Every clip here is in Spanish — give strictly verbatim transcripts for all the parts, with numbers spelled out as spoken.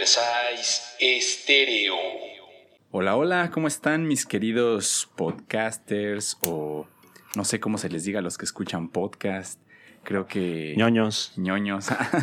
Universáis Estéreo. Hola, hola, ¿cómo están mis queridos podcasters? O no sé cómo se les diga a los que escuchan podcast. Creo que... ñoños. ñoños.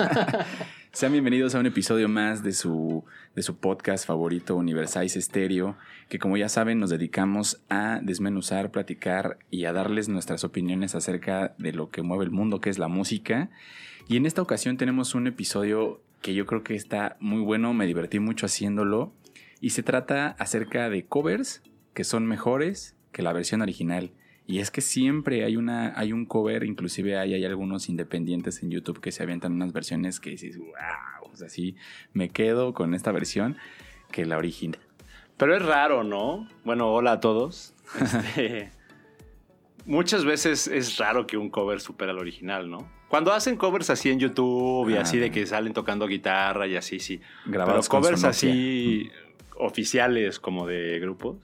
Sean bienvenidos a un episodio más de su, de su podcast favorito, Universáis Estéreo, que como ya saben nos dedicamos a desmenuzar, platicar y a darles nuestras opiniones acerca de lo que mueve el mundo, que es la música. Y en esta ocasión tenemos un episodio que yo creo que está muy bueno, me divertí mucho haciéndolo, y se trata acerca de covers que son mejores que la versión original. Y es que siempre hay una hay un cover, inclusive hay, hay algunos independientes en YouTube que se avientan unas versiones que dices, wow, o sea, sí, me quedo con esta versión que la original. Pero es raro, ¿no? Bueno, hola a todos. Este, muchas veces es raro que un cover supera al original, ¿no? Cuando hacen covers así en YouTube y ah, así de que salen tocando guitarra y así, sí. Grabados Pero covers así mm. oficiales como de grupos.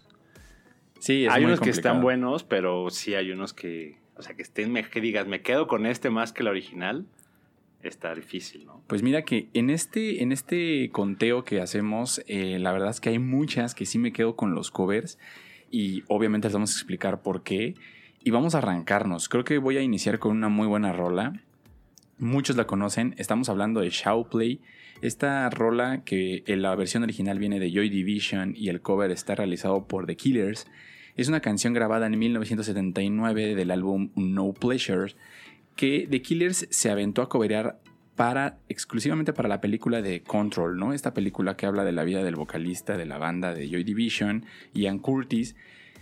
Sí, es hay muy unos complicado. Que están buenos, pero sí hay unos que, o sea, que estén, que digas, me quedo con este más que la original, está difícil, ¿no? Pues mira que en este, en este conteo que hacemos, eh, la verdad es que hay muchas que sí me quedo con los covers y obviamente les vamos a explicar por qué y vamos a arrancarnos. Creo que voy a iniciar con una muy buena rola. Muchos la conocen, estamos hablando de Shoutplay. Esta rola que en la versión original viene de Joy Division y el cover está realizado por The Killers. Es una canción grabada en mil novecientos setenta y nueve del álbum No Pleasure que The Killers se aventó a coverear para, exclusivamente para la película de Control, ¿no? Esta película que habla de la vida del vocalista de la banda de Joy Division, Ian Curtis,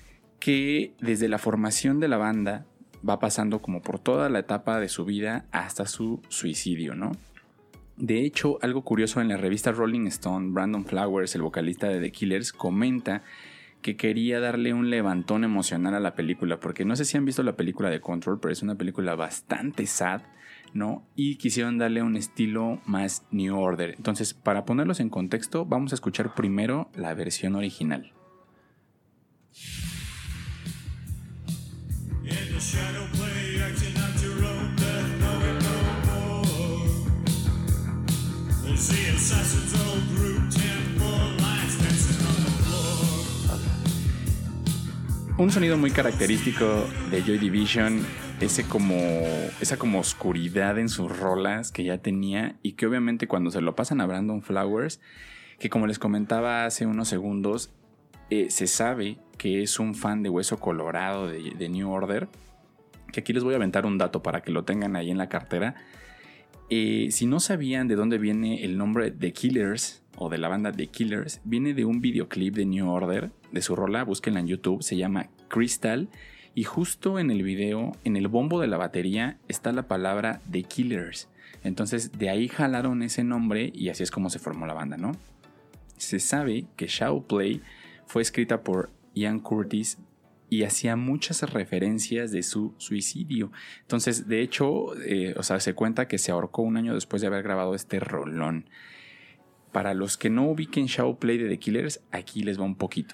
que desde la formación de la banda va pasando como por toda la etapa de su vida hasta su suicidio, ¿no? De hecho, algo curioso en la revista Rolling Stone, Brandon Flowers, el vocalista de The Killers, comenta que quería darle un levantón emocional a la película, porque no sé si han visto la película de Control, pero es una película bastante sad, ¿no? Y quisieron darle un estilo más New Order. Entonces, para ponerlos en contexto, vamos a escuchar primero la versión original. Un sonido muy característico de Joy Division, ese como, esa como oscuridad en sus rolas que ya tenía y que obviamente cuando se lo pasan a Brandon Flowers, que como les comentaba hace unos segundos, eh, se sabe que es un fan de Hueso Colorado de, de New Order, que aquí les voy a aventar un dato para que lo tengan ahí en la cartera. Eh, si no sabían de dónde viene el nombre The Killers o de la banda The Killers, viene de un videoclip de New Order, de su rola, búsquenla en YouTube, se llama Crystal, y justo en el video, en el bombo de la batería, está la palabra The Killers. Entonces de ahí jalaron ese nombre y así es como se formó la banda, ¿no? Se sabe que Shoutplay fue escrita por Ian Curtis y hacía muchas referencias de su suicidio. Entonces, de hecho, eh, o sea, se cuenta que se ahorcó un año después de haber grabado este rolón. Para los que no ubiquen Shoutplay de The Killers, aquí les va un poquito.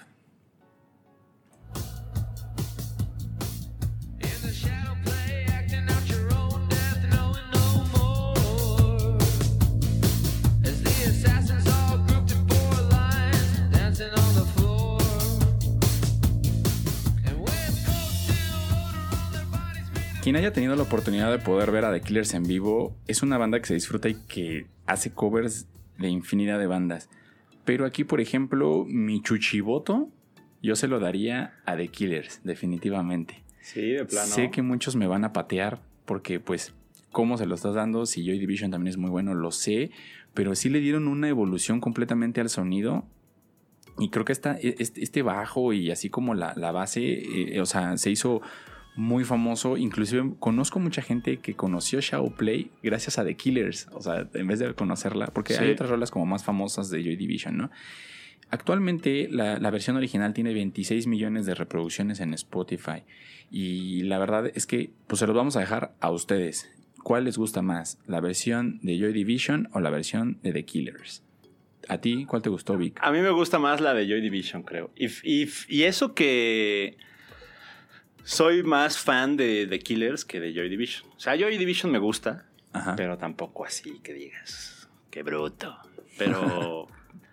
Quien haya tenido la oportunidad de poder ver a The Killers en vivo, es una banda que se disfruta y que hace covers de infinidad de bandas. Pero aquí, por ejemplo, mi chuchivoto, yo se lo daría a The Killers, definitivamente. Sí, de plano. Sé que muchos me van a patear porque, pues, ¿cómo se lo estás dando? Si Joy Division también es muy bueno, lo sé. Pero sí le dieron una evolución completamente al sonido. Y creo que esta, este, este bajo y así como la, la base, eh, o sea, se hizo muy famoso. Inclusive conozco mucha gente que conoció Shoutplay gracias a The Killers, o sea, en vez de conocerla, porque sí. Hay otras rolas como más famosas de Joy Division, ¿no? Actualmente la, la versión original tiene veintiséis millones de reproducciones en Spotify y la verdad es que pues se los vamos a dejar a ustedes. ¿Cuál les gusta más? ¿La versión de Joy Division o la versión de The Killers? ¿A ti cuál te gustó, Vic? A mí me gusta más la de Joy Division, creo. Y, y, y eso que soy más fan de The Killers que de Joy Division. O sea, Joy Division me gusta, Ajá. pero tampoco así que digas, qué bruto. Pero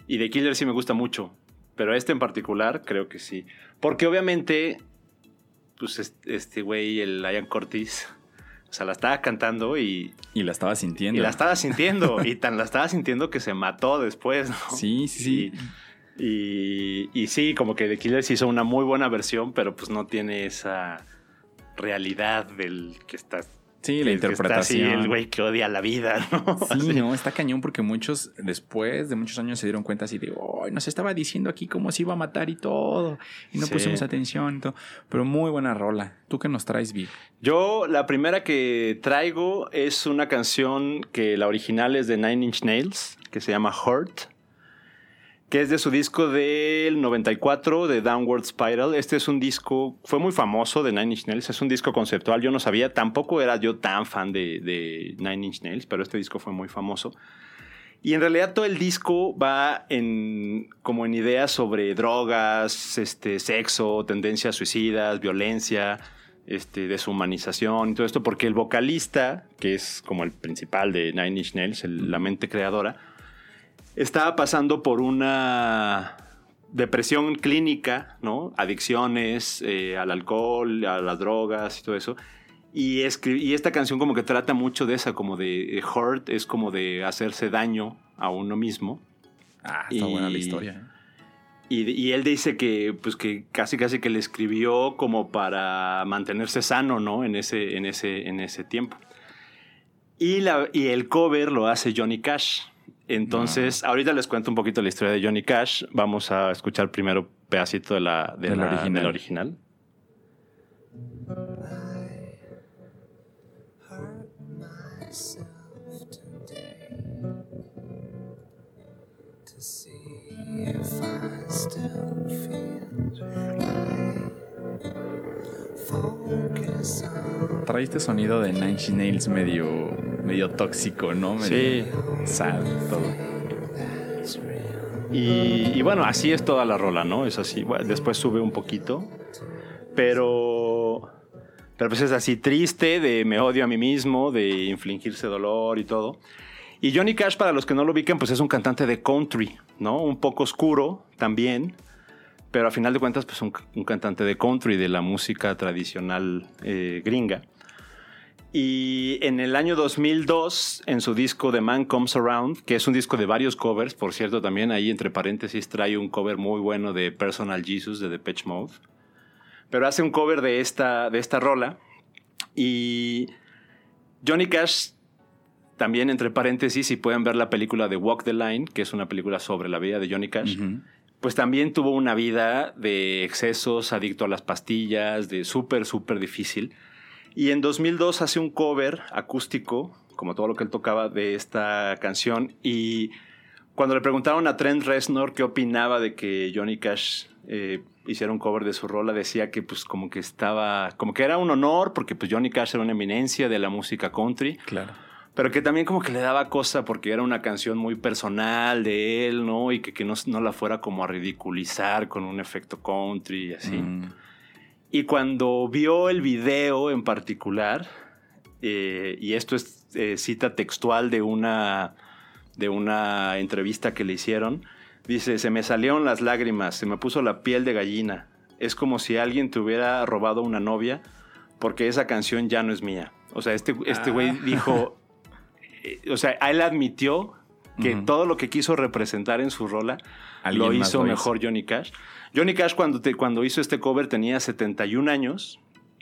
Y The Killer sí me gusta mucho, pero este en particular creo que sí. Porque obviamente, pues este güey, el Ian Curtis, o sea, la estaba cantando y... Y la estaba sintiendo. Y la estaba sintiendo, y tan la estaba sintiendo que se mató después, ¿no? Sí, sí, sí. Y, y, y sí, como que The Killers hizo una muy buena versión, pero pues no tiene esa realidad del que está... Sí, la interpretación. Está así, el güey que odia la vida, ¿no? Sí, así. no, está cañón porque muchos, después de muchos años, se dieron cuenta así de, oh, nos estaba diciendo aquí cómo se iba a matar y todo, y no sí. pusimos atención y todo. Pero muy buena rola. ¿Tú qué nos traes, Vic? Yo, la primera que traigo es una canción que la original es de Nine Inch Nails, que se llama Hurt, que es de su disco del noventa y cuatro, de Downward Spiral. Este es un disco, fue muy famoso de Nine Inch Nails, es un disco conceptual, yo no sabía, tampoco era yo tan fan de, de Nine Inch Nails, pero este disco fue muy famoso. Y en realidad todo el disco va en, como en ideas sobre drogas, este, sexo, tendencias suicidas, violencia, este, deshumanización y todo esto, porque el vocalista, que es como el principal de Nine Inch Nails, el, la mente creadora, estaba pasando por una depresión clínica, ¿no? Adicciones eh, al alcohol, a las drogas y todo eso. Y, escri- y esta canción como que trata mucho de esa, como de hurt, es como de hacerse daño a uno mismo. Ah, está y, buena la historia. ¿eh? Y, y él dice que, pues que casi casi que le escribió como para mantenerse sano, ¿no? En ese, en ese, en ese tiempo. Y, la, y el cover lo hace Johnny Cash. Entonces, no. ahorita les cuento un poquito la historia de Johnny Cash. Vamos a escuchar primero pedacito de la, de del la, original. Del original. Trae este sonido de Nine Inch Nails medio, medio tóxico, ¿no? Medio sí. Sad, todo. Y, y bueno, así es toda la rola, ¿no? Es así. Bueno, después sube un poquito. Pero... Pero pues es así triste, de me odio a mí mismo, de infligirse dolor y todo. Y Johnny Cash, para los que no lo ubiquen, pues es un cantante de country, ¿no? Un poco oscuro también. Pero a final de cuentas, pues un, un cantante de country, de la música tradicional eh, gringa. Y en el año dos mil dos, en su disco The Man Comes Around, que es un disco de varios covers, por cierto, también ahí entre paréntesis trae un cover muy bueno de Personal Jesus de Depeche Mode. Pero hace un cover de esta, de esta rola. Y Johnny Cash, también entre paréntesis, si pueden ver la película de Walk the Line, que es una película sobre la vida de Johnny Cash, uh-huh. pues también tuvo una vida de excesos, adicto a las pastillas, de súper, súper difícil. Y en dos mil dos hace un cover acústico, como todo lo que él tocaba, de esta canción. Y cuando le preguntaron a Trent Reznor qué opinaba de que Johnny Cash eh, hiciera un cover de su rola, decía que pues como que estaba, como que era un honor, porque pues Johnny Cash era una eminencia de la música country. Claro. Pero que también como que le daba cosa porque era una canción muy personal de él, ¿no? Y que, que no, no la fuera como a ridiculizar con un efecto country y así. Mm. Y cuando vio el video en particular, eh, y esto es eh, cita textual de una, de una entrevista que le hicieron, dice, se me salieron las lágrimas, se me puso la piel de gallina. Es como si alguien te hubiera robado una novia porque esa canción ya no es mía. O sea, este, este güey ah. dijo... O sea, él admitió que uh-huh. todo lo que quiso representar en su rola lo hizo lo mejor hizo. Johnny Cash. Johnny Cash cuando, te, cuando hizo este cover tenía setenta y un años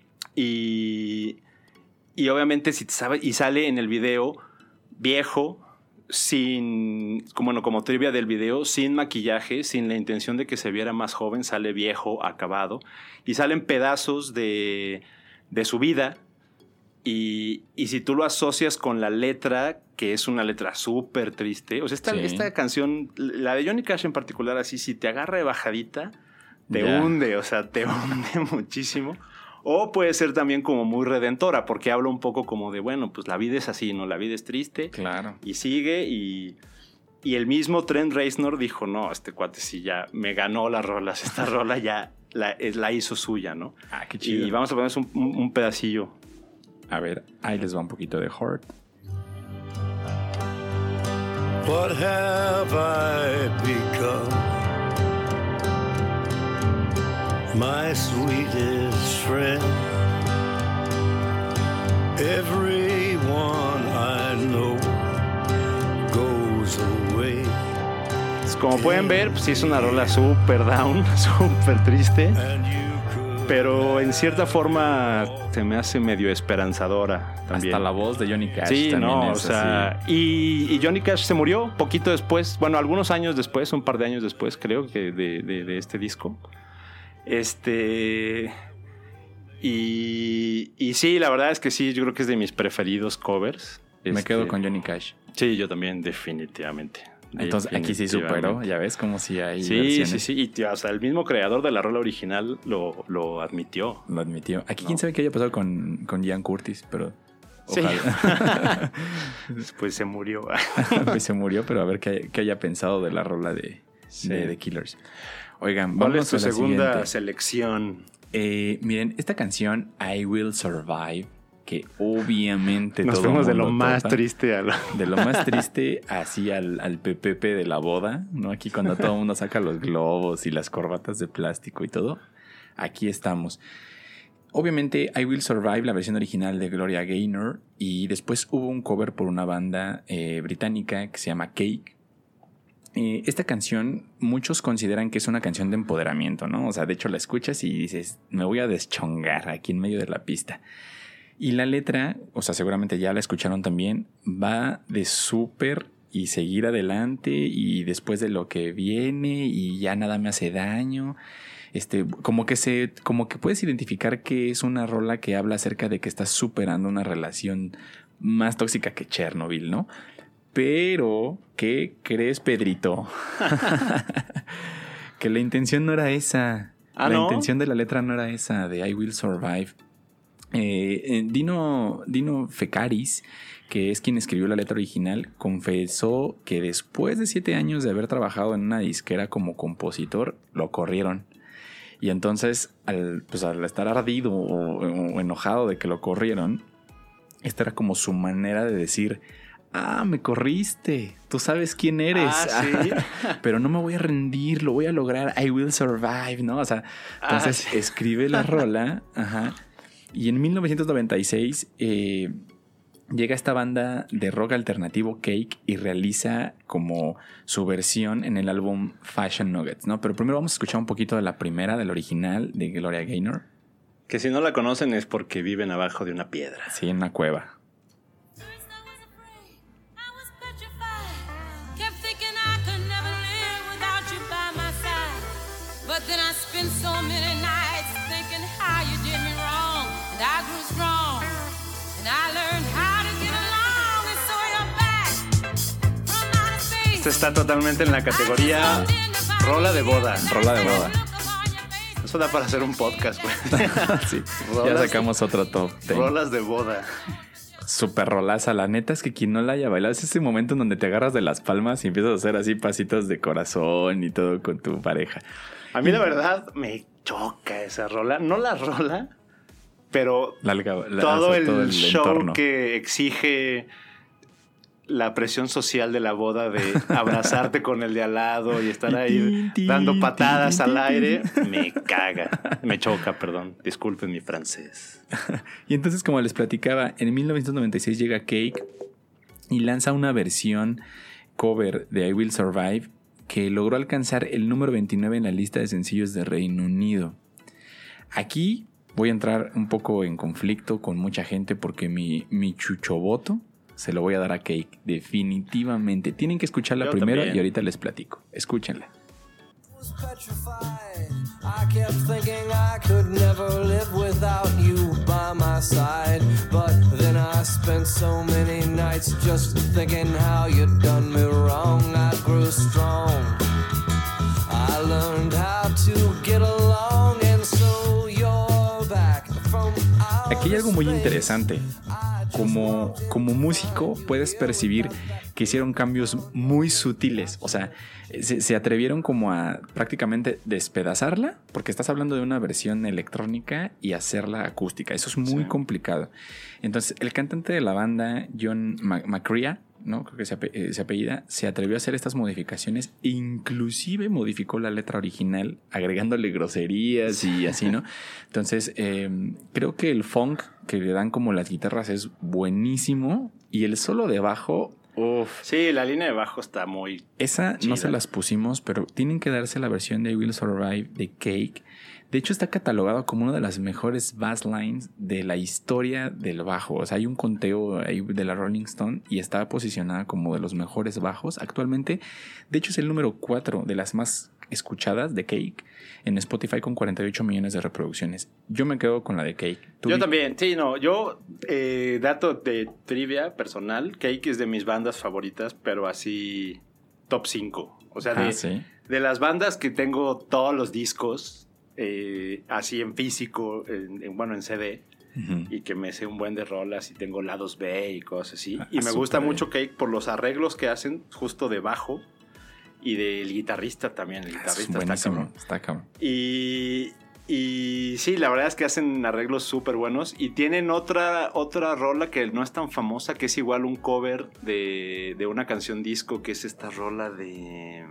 y, y obviamente si te sabe, y sale en el video viejo, sin, como, bueno, como trivia del video, sin maquillaje, sin la intención de que se viera más joven, sale viejo, acabado, y salen pedazos de, de su vida. Y, y si tú lo asocias con la letra, que es una letra súper triste, o sea, esta, sí. esta canción, la de Johnny Cash en particular, así, si te agarra de bajadita, te yeah. hunde, o sea, te hunde muchísimo. O puede ser también como muy redentora, porque habla un poco como de, bueno, pues la vida es así, ¿no? La vida es triste. Claro. Y sigue, y, y el mismo Trent Reznor dijo, no, este cuate sí ya me ganó las rolas, esta rola ya la, la hizo suya, ¿no? Ah, qué chido. Y vamos a ponernos un, un, un pedacillo. A ver, ahí les va un poquito de Hurt. What have I become? My sweetest friend. Everyone I know goes away. Como pueden ver, pues sí es una rola súper down, súper triste. Pero en cierta forma se me hace medio esperanzadora también. Hasta la voz de Johnny Cash. Sí, también no, es o sea, y, y Johnny Cash se murió poquito después, bueno, algunos años después, un par de años después, creo, que de, de, de este disco. Este... Y, y sí, la verdad es que sí, yo creo que es de mis preferidos covers. Me este, quedo con Johnny Cash. Sí, yo también, definitivamente. Entonces aquí sí superó, ya ves, como si hay sí, versiones. Sí, sí, y hasta el mismo creador de la rola original lo, lo admitió. Lo admitió. Aquí no. quién sabe qué haya pasado con, con Ian Curtis, pero ojalá. Sí. Pues se murió. Pues se murió, pero a ver qué, qué haya pensado de la rola de, sí. de The Killers. Oigan, ¿cuál vamos es tu a la segunda siguiente. selección? Eh, miren, esta canción, I Will Survive, que obviamente nos todo fuimos de lo topa, más triste a lo... de lo más triste así al, al pepepe de la boda, ¿no? Aquí cuando todo el mundo saca los globos y las corbatas de plástico y todo, aquí estamos. Obviamente I Will Survive, la versión original de Gloria Gaynor, y después hubo un cover por una banda eh, británica que se llama Cake. Eh, esta canción muchos consideran que es una canción de empoderamiento, ¿no? O sea, de hecho la escuchas y dices, me voy a deschongar aquí en medio de la pista. Y la letra, o sea, seguramente ya la escucharon también, va de súper y seguir adelante y después de lo que viene y ya nada me hace daño. Este, como que se, como que puedes identificar que es una rola que habla acerca de que estás superando una relación más tóxica que Chernobyl, ¿no? Pero, ¿qué crees, Pedrito? Que la intención no era esa. ¿Ah, la no? intención de la letra no era esa, de I Will Survive. Eh, Dino, Dino Fecaris, que es quien escribió la letra original, confesó que después de siete años de haber trabajado en una disquera como compositor, lo corrieron. Y entonces, al, pues, al estar ardido o, o enojado de que lo corrieron, esta era como su manera de decir... Ah, me corriste. Tú sabes quién eres. Ah, sí. Pero no me voy a rendir, lo voy a lograr. I will survive, ¿no? O sea, entonces ah, sí. escribe la rola. Ajá. Y en mil novecientos noventa y seis eh, llega esta banda de rock alternativo Cake y realiza como su versión en el álbum Fashion Nuggets, ¿no? Pero primero vamos a escuchar un poquito de la primera, del original de Gloria Gaynor. Que si no la conocen es porque viven abajo de una piedra. Sí, en una cueva. But then I spent so many nights thinking how you did me wrong. And I grew strong. And I learned how to get along. And so you're back from my face. Esta está totalmente en la categoría rola de boda. Rola de boda. Eso da para hacer un podcast, güey. Sí, Rolas ya sacamos de, otro top ten. Rolas de boda. Súper rolaza. La neta es que quien no la haya bailado es ese momento en donde te agarras de las palmas y empiezas a hacer así pasitos de corazón y todo con tu pareja. A mí la verdad me choca esa rola. No la rola, pero la, la, todo, el todo el show entorno que exige la presión social de la boda de abrazarte con el de al lado y estar ahí dando patadas al aire, me caga. Me choca, perdón. Disculpen mi francés. Y entonces, como les platicaba, en mil novecientos noventa y seis llega Cake y lanza una versión cover de I Will Survive que logró alcanzar el número veintinueve en la lista de sencillos de Reino Unido. Aquí voy a entrar un poco en conflicto con mucha gente porque mi, mi chuchovoto se lo voy a dar a Cake, definitivamente. Tienen que escucharla Yo primero también. y ahorita les platico. Escúchenla. I kept thinking I could never live without you by my side. But then I spent so many nights just thinking how you'd done me wrong. I grew strong. I learned how to get along and so you're back from outer Aquí hay algo muy space. interesante. Como, como músico puedes percibir que hicieron cambios muy sutiles. O sea, se, se atrevieron como a prácticamente despedazarla, porque estás hablando de una versión electrónica y hacerla acústica. Eso es muy Sí. complicado. Entonces, el cantante de la banda, John McCrea, ¿no? Creo que se, ape- eh, se apellida, se atrevió a hacer estas modificaciones, inclusive modificó la letra original, agregándole groserías y así, ¿no? Entonces, eh, creo que el funk que le dan como las guitarras es buenísimo y el solo de bajo, uff. Sí, la línea de bajo está muy... Esa chida. no se las pusimos, pero tienen que darse la versión de Will Survive de Cake. De hecho, está catalogado como una de las mejores bass lines de la historia del bajo. O sea, hay un conteo ahí de la Rolling Stone y está posicionada como de los mejores bajos actualmente. De hecho, es el número cuatro de las más escuchadas de Cake en Spotify con cuarenta y ocho millones de reproducciones. Yo me quedo con la de Cake. ¿Tú Yo vi- también, sí, no, yo, eh, dato de trivia personal, Cake es de mis bandas favoritas, pero así top cinco. O sea, de, Ah, sí. de las bandas que tengo todos los discos, eh, así en físico, en, en- bueno, en C D, Ujú. y que me sé un buen de rolas y tengo lados B y cosas así. Ah, y me gusta súper mucho Cake por los arreglos que hacen justo de bajo y del guitarrista también. El Es guitarrista está buenísimo. cabrón. Está cabrón. Y, y sí, la verdad es que hacen arreglos súper buenos. Y tienen otra, otra rola que no es tan famosa, que es igual un cover de, de una canción disco, que es esta rola de...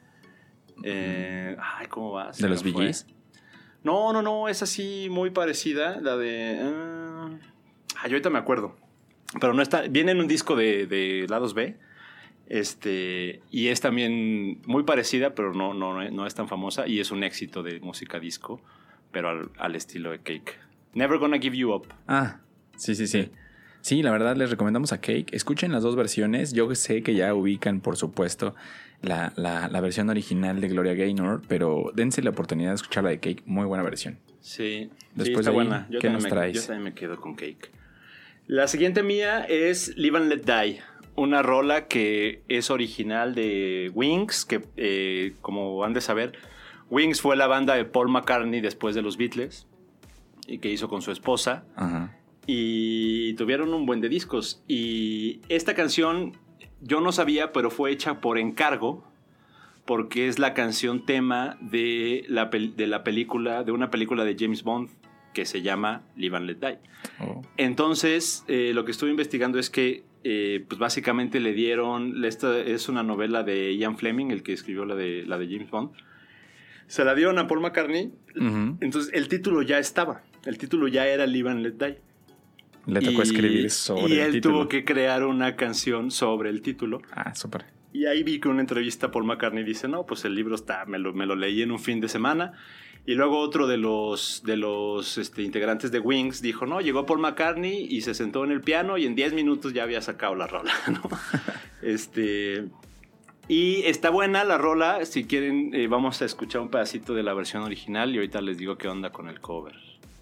eh, ay, ¿cómo va? Se ¿De me los Bee fue. Gees? No, no, no, es así muy parecida. La de... ah, ay, yo ahorita me acuerdo. Pero no está... Viene en un disco de, de lados B. Este, y es también muy parecida, pero no, no, no es tan famosa. Y es un éxito de música disco, pero al, al estilo de Cake. Never Gonna Give You Up. Ah, sí, sí, sí. Sí, la verdad les recomendamos a Cake. Escuchen las dos versiones. Yo sé que ya ubican, por supuesto, la, la, la versión original de Gloria Gaynor, pero dense la oportunidad de escuchar la de Cake. Muy buena versión. Sí, Después sí, está de ahí, buena. Yo ¿qué también nos me, traes? Yo también me quedo con Cake. La siguiente mía es Live and Let Die. Una rola que es original de Wings, que eh, como han de saber, Wings fue la banda de Paul McCartney después de los Beatles y que hizo con su esposa. Ajá. Y tuvieron un buen de discos. Y esta canción yo no sabía, pero fue hecha por encargo, porque es la canción tema de la, pel- de la película, de una película de James Bond que se llama Live and Let Die. Oh. Entonces, eh, lo que estuve investigando es que, eh, pues básicamente le dieron, esta es una novela de Ian Fleming, el que escribió la de, la de James Bond. Se la dieron a Paul McCartney. Ujú. Entonces, el título ya estaba. El título ya era Live and Let Die. Le tocó Y- escribir sobre y el él título. tuvo que crear una canción sobre el título. Ah, súper. Y ahí vi que una entrevista a Paul McCartney dice, no, pues el libro está, me lo, me lo leí en un fin de semana. Y luego otro de los, de los este, integrantes de Wings dijo, no, llegó Paul McCartney y se sentó en el piano y en diez minutos ya había sacado la rola, ¿no? este... Y está buena la rola, si quieren eh, vamos a escuchar un pedacito de la versión original y ahorita les digo qué onda con el cover.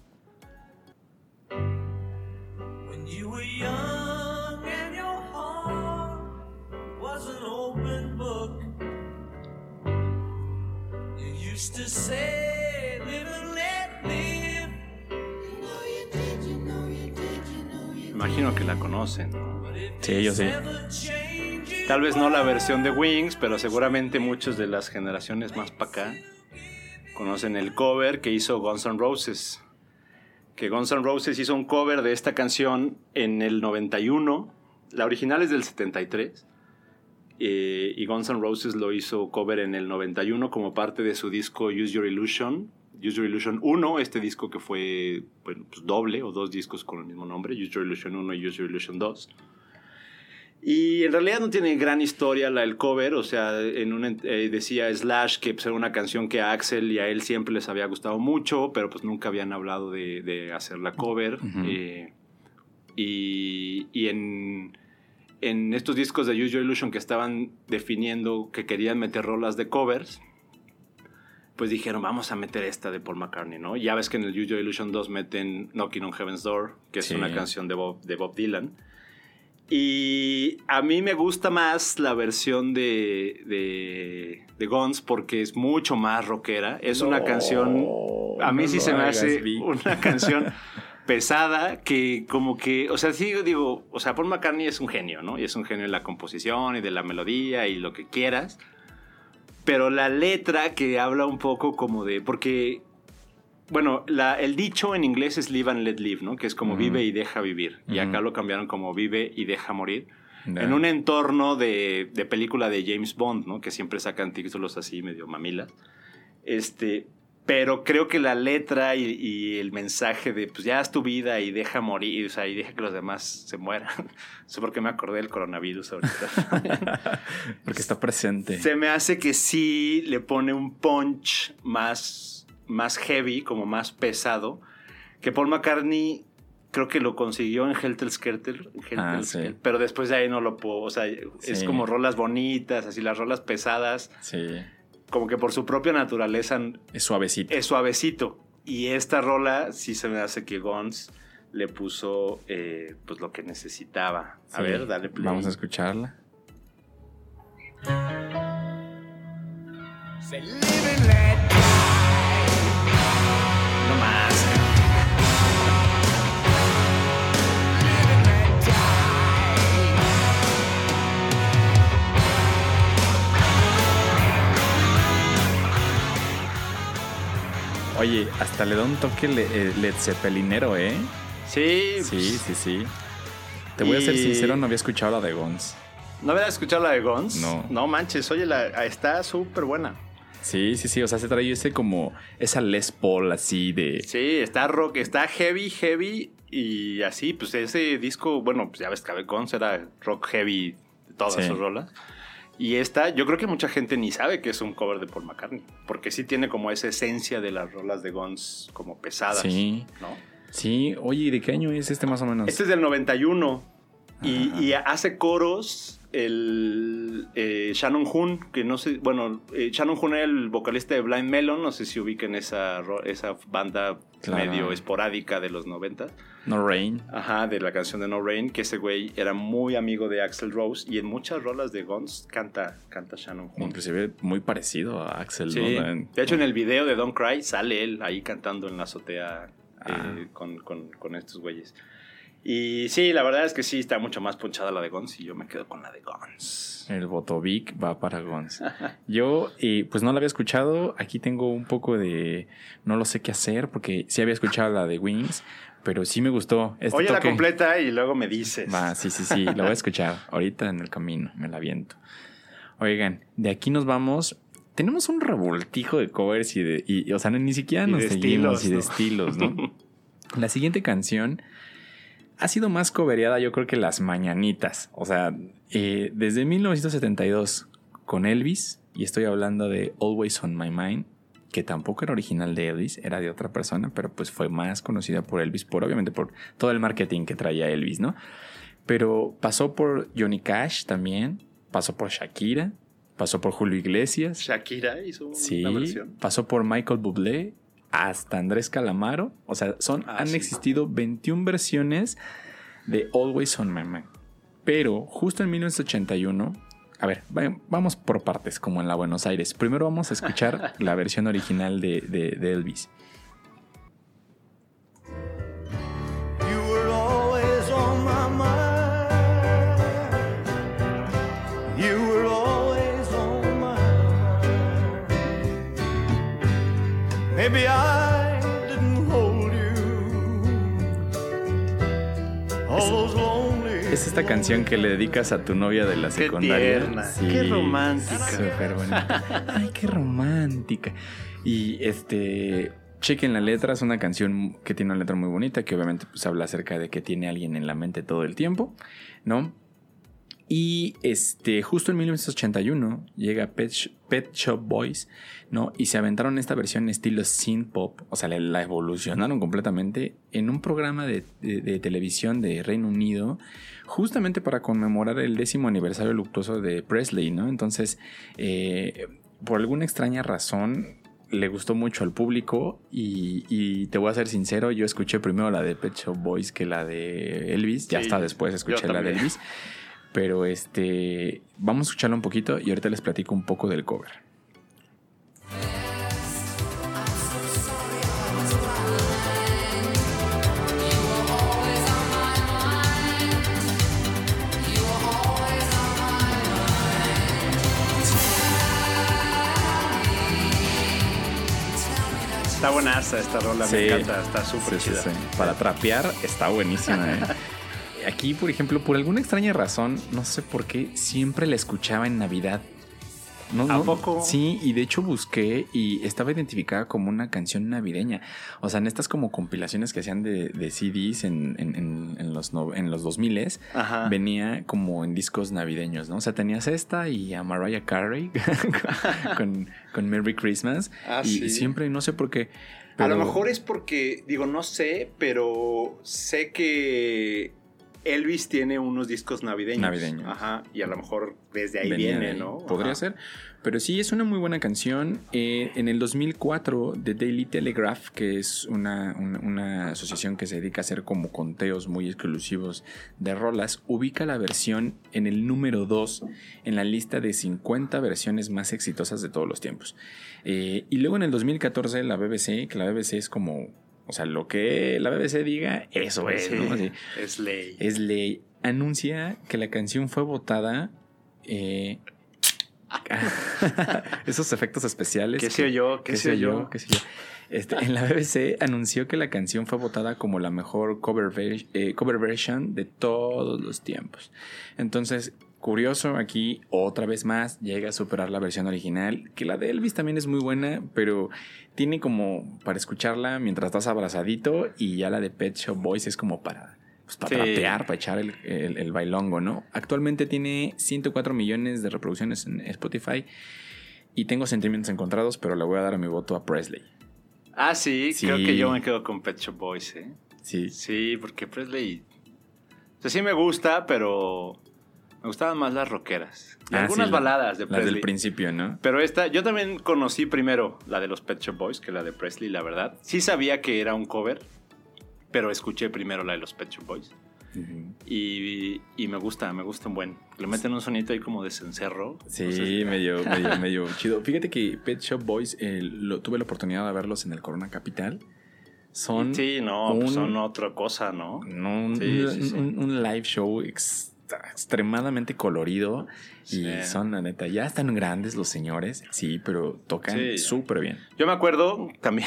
When you were young and your heart was an open book, you used to say, live and let live. You know you did, you know you did, you know you did. Imagino que la conocen, ¿no? But if Sí, yo sí. ever change Tal vez no la versión de Wings, pero seguramente muchos de las generaciones más para acá conocen el cover que hizo Guns N' Roses. Que Guns N' Roses hizo un cover de esta canción en el noventa y uno. La original es del setenta y tres. Eh, y Guns N' Roses lo hizo cover en el noventa y uno como parte de su disco Use Your Illusion. Use Your Illusion uno, este disco que fue bueno, pues doble o dos discos con el mismo nombre. Use Your Illusion uno y Use Your Illusion dos. Y en realidad no tiene gran historia la del cover, o sea, en una, eh, decía Slash que pues, era una canción que a Axel y a él siempre les había gustado mucho, pero pues nunca habían hablado de, de hacer la cover. Ujú. eh, y y en, en estos discos de Use Your Illusion que estaban definiendo que querían meter rolas de covers, pues dijeron, vamos a meter esta de Paul McCartney, ¿no? Ya ves que en el Use Your Illusion dos meten Knocking on Heaven's Door, que es Sí. una canción de Bob, de Bob Dylan. Y a mí me gusta más la versión de, de, de Guns porque es mucho más rockera. Es una No, canción, a mí no sí lo se me hagas, hace Vic. una canción pesada que como que, o sea, sí digo, o sea, Paul McCartney es un genio, ¿no? Y es un genio de la composición y de la melodía y lo que quieras. Pero la letra que habla un poco como de, porque... Bueno, la, el dicho en inglés es live and let live, ¿no? Que es como Ujú. vive y deja vivir. Y Ujú. acá lo cambiaron como vive y deja morir. Ya. en un entorno de, de película de James Bond, ¿no? Que siempre sacan títulos así medio mamilas. Este, pero creo que la letra y, y el mensaje de pues ya haz tu vida y deja morir, o sea, y deja que los demás se mueran. No sé por qué me acordé del coronavirus ahorita. Porque está presente. Se me hace que sí le pone un punch más, más heavy, como más pesado, que Paul McCartney creo que lo consiguió en Helter Skelter, Helter Ah, Skelter, sí. pero después de ahí no lo puedo, o sea, es Sí. como rolas bonitas, así las rolas pesadas, Sí. como que por su propia naturaleza Es suavecito. es suavecito. Y esta rola sí se me hace que Guns le puso eh, pues lo que necesitaba. A Sí. ver, dale play. Vamos a escucharla. No más. Oye, hasta le da un toque le- eh, Led Zeppelinero, ¿eh? Sí, Sí, pues, sí, sí. Te voy a ser Y- sincero, no había escuchado la de Guns. ¿no habías escuchado la de Guns? No. No manches, oye, la, está súper buena. Sí, sí, sí. O sea, se trae ese como esa Les Paul así de. Sí, está rock, está heavy, heavy. Y así, pues ese disco, bueno, pues ya ves que Guns era rock heavy de todas Sí. sus rolas. Y esta, yo creo que mucha gente ni sabe que es un cover de Paul McCartney. Porque sí tiene como esa esencia de las rolas de Guns como pesadas. Sí. ¿No? Sí, oye, ¿y de qué año es este más o menos? Este es del noventa y uno. Y, Ajá. y hace coros el eh, Shannon Hoon, que no sé, bueno, eh, Shannon Hoon era el vocalista de Blind Melon, no sé si ubiquen esa, ro- esa banda Claro. medio esporádica de los noventa. No Rain. Ajá, de la canción de No Rain, que ese güey era muy amigo de Axl Rose y en muchas rolas de Guns canta, canta Shannon Hoon. Inclusive muy parecido a Axel. Sí, ¿no? En- de hecho en el video de Don't Cry sale él ahí cantando en la azotea eh, Ah. con, con, con estos güeyes. Y sí, la verdad es que sí está mucho más ponchada la de Guns y yo me quedo con la de Guns. El Botovic va para Guns. Yo, eh, pues no la había escuchado. Aquí tengo un poco de. No lo sé qué hacer porque sí había escuchado la de Wings, pero sí me gustó. Este Oye la toque- completa y luego me dices. Va, sí, sí, sí. La voy a escuchar ahorita en el camino. Me la aviento. Oigan, de aquí nos vamos. Tenemos un revoltijo de covers y de. Y, o sea, ni siquiera Y nos de seguimos estilos, y de ¿no? estilos, ¿no? La siguiente canción ha sido más covereada, yo creo que Las Mañanitas. O sea, eh, desde mil novecientos setenta y dos con Elvis, y estoy hablando de Always on My Mind, que tampoco era original de Elvis, era de otra persona, pero pues fue más conocida por Elvis, por obviamente por todo el marketing que traía Elvis, ¿no? Pero pasó por Johnny Cash también, pasó por Shakira, pasó por Julio Iglesias, Shakira hizo una sí, versión. pasó por Michael Bublé, hasta Andrés Calamaro. O sea, son, Ah, han sí. existido veintiuna versiones de Always on My Mind. Pero justo en mil novecientos ochenta y uno, a ver, va- vamos por partes, como en la Buenos Aires. Primero vamos a escuchar la versión original de, de, de Elvis. You were always on my mind. You were always on my mind. Maybe I didn't hold you. All those lonely. Es esta canción que le dedicas a tu novia de la Qué secundaria. tierna, qué romántica. Súper bonita. Ay, qué romántica. Y este, chequen la letra, es una canción que tiene una letra muy bonita, que obviamente pues habla acerca de que tiene a alguien en la mente todo el tiempo, ¿no? Y este, justo en mil novecientos ochenta y uno llega Pet, Sh- Pet Shop Boys, ¿no? Y se aventaron esta versión estilo synth pop, o sea, la, la evolucionaron completamente en un programa de, de- de televisión de Reino Unido, justamente para conmemorar el décimo aniversario luctuoso de Presley, ¿no? Entonces, eh, por alguna extraña razón, le gustó mucho al público y, y te voy a ser sincero, yo escuché primero la de Pet Shop Boys que la de Elvis, ya Sí, hasta después yo escuché la de también. Elvis. Pero este, vamos a escucharlo un poquito y ahorita les platico un poco del cover. Está buenaza esta rola, Sí. me encanta, está súper Sí, sí, chida. sí. Para trapear está buenísima. ¿eh? aquí, por ejemplo, por alguna extraña razón, no sé por qué, siempre la escuchaba en Navidad. No, ¿A no, poco? Sí, y de hecho busqué y estaba identificada como una canción navideña. O sea, en estas como compilaciones que hacían de, de C Ds en, en, en, en los, no, en los dos mil, Ajá. venía como en discos navideños, ¿no? O sea, tenías esta y a Mariah Carey con, con, con Merry Christmas. Ah, y sí. siempre, no sé por qué. A lo pero- mejor es porque, digo, no sé, pero sé que Elvis tiene unos discos navideños. Navideños. Ajá, y a lo mejor desde ahí venía de viene, ahí. ¿no? Podría Ajá. ser. Pero sí, es una muy buena canción. Eh, en el dos mil cuatro, The Daily Telegraph, que es una, una, una asociación que se dedica a hacer como conteos muy exclusivos de rolas, ubica la versión en el número dos en la lista de cincuenta versiones más exitosas de todos los tiempos. Eh, y luego en el dos mil catorce, la B B C, que la B B C es como... O sea, lo que la B B C diga, eso es, Sí, ¿no? Así. es ley. Es ley. Anuncia que la canción fue votada. Eh, esos efectos especiales. ¿Qué que- sé yo? ¿Qué qué sé sé yo? qué sé yo. Este, en la B B C anunció que la canción fue votada como la mejor cover, ver- eh, cover version de todos los tiempos. Entonces, curioso, aquí otra vez más llega a superar la versión original, que la de Elvis también es muy buena, pero tiene como para escucharla mientras estás abrazadito, y ya la de Pet Shop Boys es como para, pues, para Sí. rapear, para echar el, el- el bailongo, ¿no? Actualmente tiene ciento cuatro millones de reproducciones en Spotify y tengo sentimientos encontrados, pero le voy a dar mi voto a Presley. Ah, sí, Sí. creo que yo me quedo con Pet Shop Boys, ¿eh? Sí. Sí, porque Presley... O sea, sí me gusta, pero me gustaban más las rockeras. Y Ah, algunas sí, la- baladas de Las Presley. del principio, ¿no? Pero esta, yo también conocí primero la de los Pet Shop Boys que la de Presley, la verdad. Sí sabía que era un cover, pero escuché primero la de los Pet Shop Boys. Ujú. Y, y me gusta, me gusta un buen. Le meten un sonito ahí como de cencerro. Sí, Entonces, medio, medio, medio chido. Fíjate que Pet Shop Boys, eh, lo, tuve la oportunidad de verlos en el Corona Capital. Son Sí, no, pues un- son otra cosa, ¿no? no, un, Sí, un- sí, sí. un- un live show ex- extremadamente colorido. Y Sí. son, la neta, ya están grandes los señores, sí, pero tocan Sí. súper bien. Yo me acuerdo también,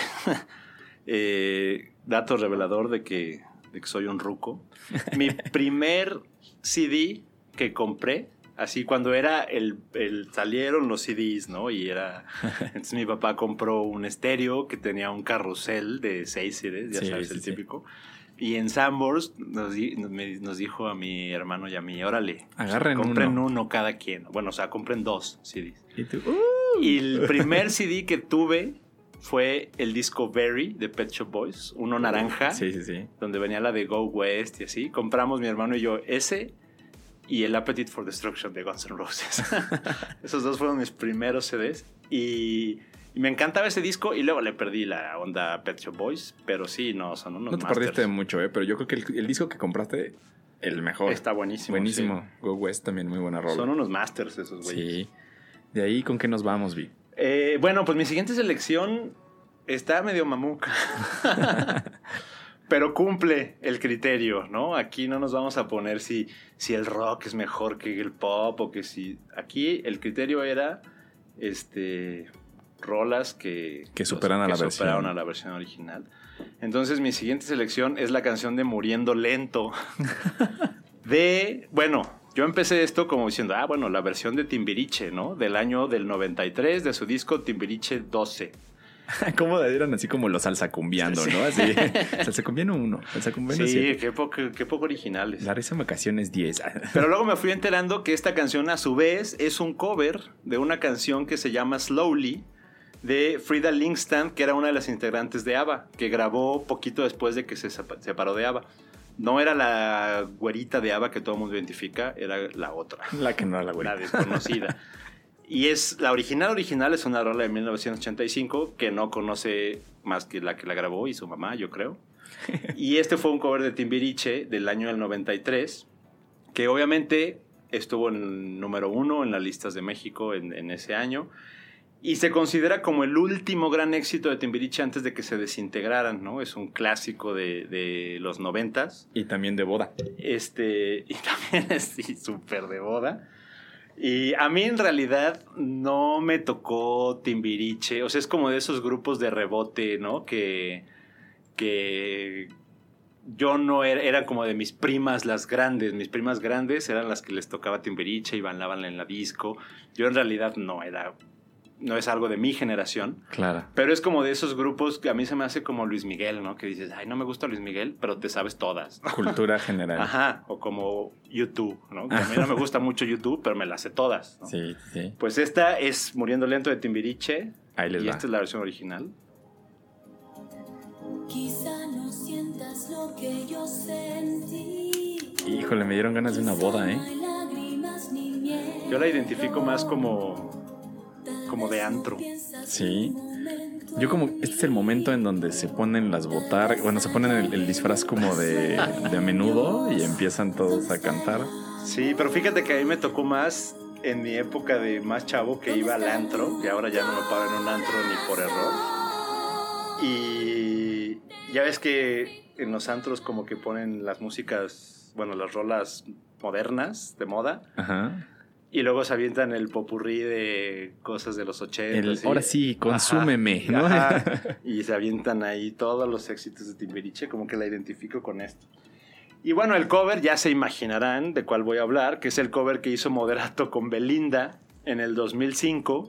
eh, dato revelador de que, de que soy un ruco. Mi primer C D que compré, así cuando era el, el salieron los C Ds, ¿no? Y era, entonces mi papá compró un estéreo que tenía un carrusel de seis C Ds, ya Sí, sabes, sí, el sí. típico. Y en Sanborns nos, di- nos, me- nos dijo a mi hermano y a mí, órale, Agarren compren uno. uno cada quien. Bueno, o sea, compren dos C Ds. Y tú, ¡uh! Y el primer C D que tuve fue el disco Berry de Pet Shop Boys, uno naranja, Sí, sí, sí. donde venía la de Go West y así. Compramos mi hermano y yo ese y el Appetite for Destruction de Guns N' Roses. Esos dos fueron mis primeros C Ds y, y me encantaba ese disco y luego le perdí la onda a Pet Shop Boys, pero sí, no, son unos No te masters. perdiste de mucho, ¿eh? Pero yo creo que el, el disco que compraste, el mejor. Está buenísimo. Buenísimo. Go West también, muy buena sí. rola. Son unos masters esos güeyes. Sí. De ahí, ¿con qué nos vamos, Vi? Eh, bueno, pues mi siguiente selección está medio mamuca. Pero cumple el criterio, ¿no? Aquí no nos vamos a poner si, si el rock es mejor que el pop o que si... Aquí el criterio era este, rolas que... Que superan a la versión. superaron a la versión original. Entonces mi siguiente selección es la canción de Muriendo Lento. De... Bueno, yo empecé esto como diciendo, ah, bueno, la versión de Timbiriche, ¿no? Del año del noventa y tres, de su disco Timbiriche doce. ¿Cómo eran así como los salsacumbiando, Sí. no? Así, salsacumbiano uno, salsacumbiano Sí, siete. qué poco, qué poco originales. La risa en vacaciones diez. Pero luego me fui enterando que esta canción a su vez es un cover de una canción que se llama Slowly de Frida Lindstedt, que era una de las integrantes de ABBA, que grabó poquito después de que se sepa- separó de ABBA. No era la güerita de ABBA que todo el mundo identifica, era la otra, La que no era la la güera. desconocida. Y es la original original es una rola de mil novecientos ochenta y cinco que no conoce más que la que la grabó y su mamá, yo creo. Y este fue un cover de Timbiriche del año del noventa y tres, que obviamente estuvo en el número uno en las listas de México en, en ese año. Y se considera como el último gran éxito de Timbiriche antes de que se desintegraran, ¿no? Es un clásico de, de los noventas. Y también de boda. Este, y también es sí, súper de boda. Y a mí en realidad no me tocó Timbiriche. O sea, es como de esos grupos de rebote, ¿no? Que, que yo no era, era como de mis primas las grandes. Mis primas grandes eran las que les tocaba Timbiriche y bailaban en la disco. Yo en realidad no era, no es algo de mi generación. Claro. Pero es como de esos grupos que a mí se me hace como Luis Miguel, ¿no? Que dices, ay, no me gusta Luis Miguel, pero te sabes todas, ¿no? Cultura general. Ajá, o como YouTube, ¿no? Que a mí no me gusta mucho YouTube, pero me las sé todas, ¿no? Sí, sí. Pues esta es Muriendo Lento de Timbiriche. Ahí les y va. esta es la versión original. Quizá no sientas lo que yo sentí. Híjole, me dieron ganas de una boda, ¿eh? No hay lágrimas ni miedo. Yo la identifico más como, como de antro. Sí. Yo como, este es el momento en donde se ponen las botargas, bueno, se ponen el, el disfraz como de, de a menudo y empiezan todos a cantar. Sí, pero fíjate que a mí me tocó más en mi época de más chavo que iba al antro, que ahora ya no me paro en un antro ni por error. Y ya ves que en los antros como que ponen las músicas, bueno, las rolas modernas de moda. Ajá. Y luego se avientan el popurrí de cosas de los ochenta. El, ahora sí, consúmeme, Ajá, ¿no? ajá. Y se avientan ahí todos los éxitos de Timbiriche, como que la identifico con esto. Y bueno, el cover, ya se imaginarán de cuál voy a hablar, que es el cover que hizo Moderato con Belinda en el dos mil cinco,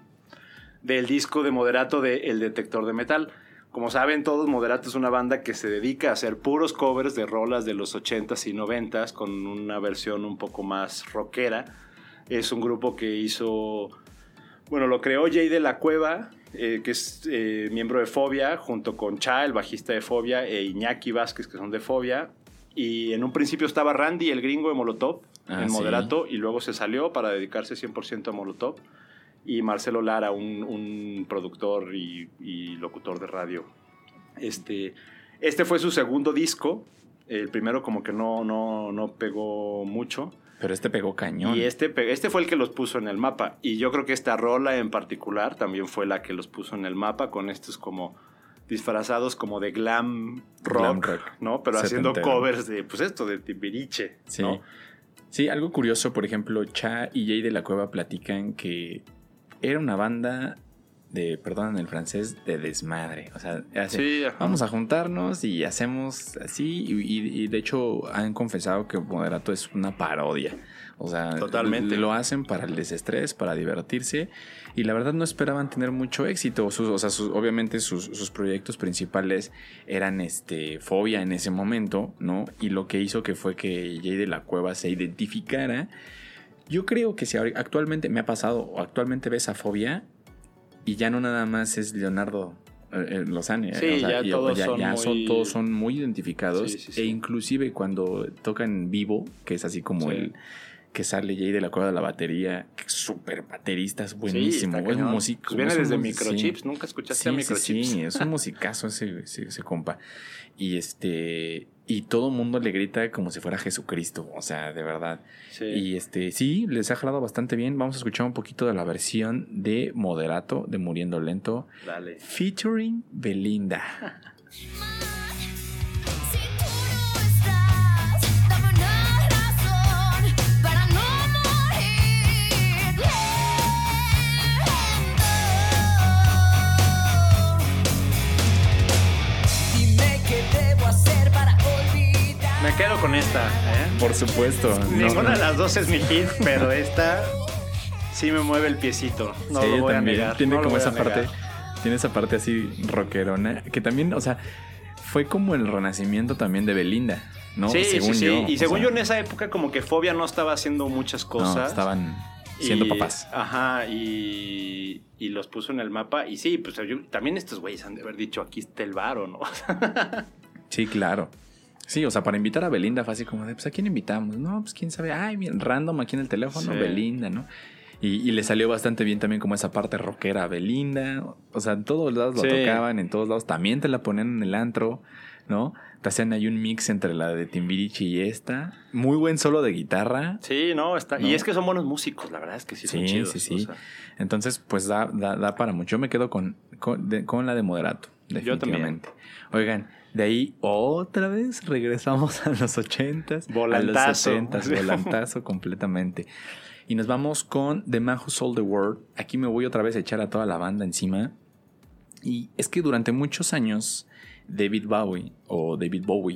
del disco de Moderato de El Detector de Metal. Como saben todos, Moderato es una banda que se dedica a hacer puros covers de rolas de los ochentas y noventas con una versión un poco más rockera. Es un grupo que hizo, bueno, lo creó Jay de la Cueva, eh, que es eh, miembro de Fobia, junto con Cha, el bajista de Fobia, e Iñaki Vázquez, que son de Fobia. Y en un principio estaba Randy, el gringo de Molotov, Ah, en sí. Moderato, y luego se salió para dedicarse cien por ciento a Molotov. Y Marcelo Lara, un, un productor y, y locutor de radio. Este, este fue su segundo disco. El primero como que no, no, no pegó mucho. Pero este pegó cañón. Y este, pe- este fue el que los puso en el mapa. Y yo creo que esta rola en particular también fue la que los puso en el mapa, con estos como disfrazados como de glam rock, Glam rock. ¿no? Pero haciendo Setentero. covers de, pues esto, de Timbiriche, Sí. ¿no? Sí, algo curioso, por ejemplo, Cha y Jay de la Cueva platican que era una banda de, perdón el francés, de desmadre. O sea, hace, Sí, ajá. vamos a juntarnos y hacemos así. Y, y- y de hecho han confesado que Moderato es una parodia. O sea, Totalmente. lo hacen para el desestrés, para divertirse. Y la verdad no esperaban tener mucho éxito. Sus, o sea, sus- obviamente sus, sus proyectos principales eran este, Fobia en ese momento, ¿no? Y lo que hizo que fue que Jay de la Cueva se identificara. Yo creo que si ahori- actualmente me ha pasado, o actualmente ves a Fobia y ya no nada más es Leonardo eh, eh, Lozane. Sí, o sea, ya y- todos ya- son ya muy- todos son muy identificados. Sí, sí, sí. E inclusive cuando tocan vivo, que es así como Sí. el que sale Jay de la Cueva de la batería, que es súper baterista, es buenísimo. está es cañón. músico. Pues viene es un desde mus- Microchips. sí. ¿Nunca escuchaste Sí, a sí, Microchips? sí, es un musicazo ese, ese, ese compa. Y este y todo el mundo le grita como si fuera Jesucristo, o sea, de verdad. Sí. Y este sí, les ha jalado bastante bien. Vamos a escuchar un poquito de la versión de Moderato, de Muriendo Lento, Dale. featuring Belinda. Si tú no estás, dame una razón para no morir lento. Dime qué debo hacer para olvidar. Me quedo con esta, ¿eh? Por supuesto. no, Ninguna no. de las dos es mi hit, pero esta sí me mueve el piecito. No Sí, lo voy también. a negar. Tiene no lo como voy a esa parte, negar. tiene esa parte así rockerona, que también, o sea, fue como el renacimiento también de Belinda, ¿no? Sí, según sí, sí. yo. Y o según sea, yo en esa época como que Fobia no estaba haciendo muchas no, cosas. estaban siendo Y- papás. Ajá, y, y los puso en el mapa. Y sí, pues yo- también estos güeyes han de haber dicho, aquí está el varo, ¿no? Sí, claro. Sí, o sea, para invitar a Belinda fue así como de, pues, ¿a quién invitamos? No, pues, quién sabe. Ay, mira, random aquí en el teléfono, Sí. Belinda, ¿no? Y, y le salió bastante bien también como esa parte rockera a Belinda. O sea, en todos lados lo Sí. tocaban, en todos lados. También te la ponían en el antro, ¿no? Te hacían ahí un mix entre la de Timbiriche y esta. Muy buen solo de guitarra. Sí, no, está. No. Y es que son buenos músicos, la verdad es que sí, son Sí, chidos. sí, sí. o sea. Entonces, pues da, da, da para mucho. Yo me quedo con, con, de- con la de Moderato, Yo también. definitivamente. Oigan, de ahí otra vez regresamos a los ochentas, a Volantazo. los setentas, volantazo completamente. Y nos vamos con The Man Who Sold the World. Aquí me voy otra vez a echar a toda la banda encima. Y es que durante muchos años David Bowie o David Bowie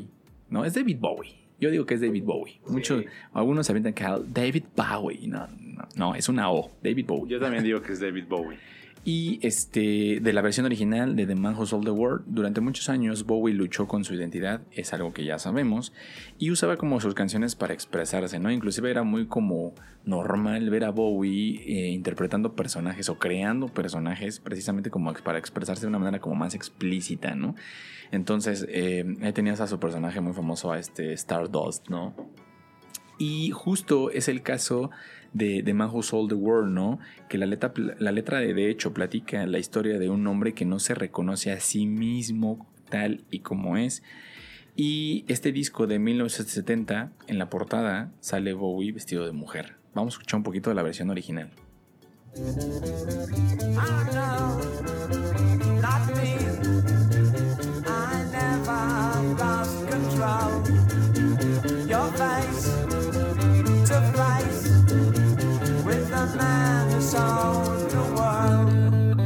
¿no? Es David Bowie. Yo digo que es David Bowie. Muchos, Sí. algunos se avientan que David Bowie. No, no, no, es una O. David Bowie. Yo también digo que es David Bowie. Y este, de la versión original de The Man Who Sold the World, durante muchos años Bowie luchó con su identidad, es algo que ya sabemos, y usaba como sus canciones para expresarse, ¿no? Inclusive era muy como normal ver a Bowie eh, interpretando personajes o creando personajes precisamente como para expresarse de una manera como más explícita, ¿no? Entonces, eh, ahí tenías a su personaje muy famoso, a este Stardust, ¿no? Y justo es el caso de The Man Who Sold the World, ¿no? Que la letra, la letra de, de hecho platica la historia de un hombre que no se reconoce a sí mismo tal y como es. Y este disco de mil novecientos setenta, en la portada sale Bowie vestido de mujer. Vamos a escuchar un poquito de la versión original. Oh no, not me. I never lost control. Your face to face with the man who sold the world.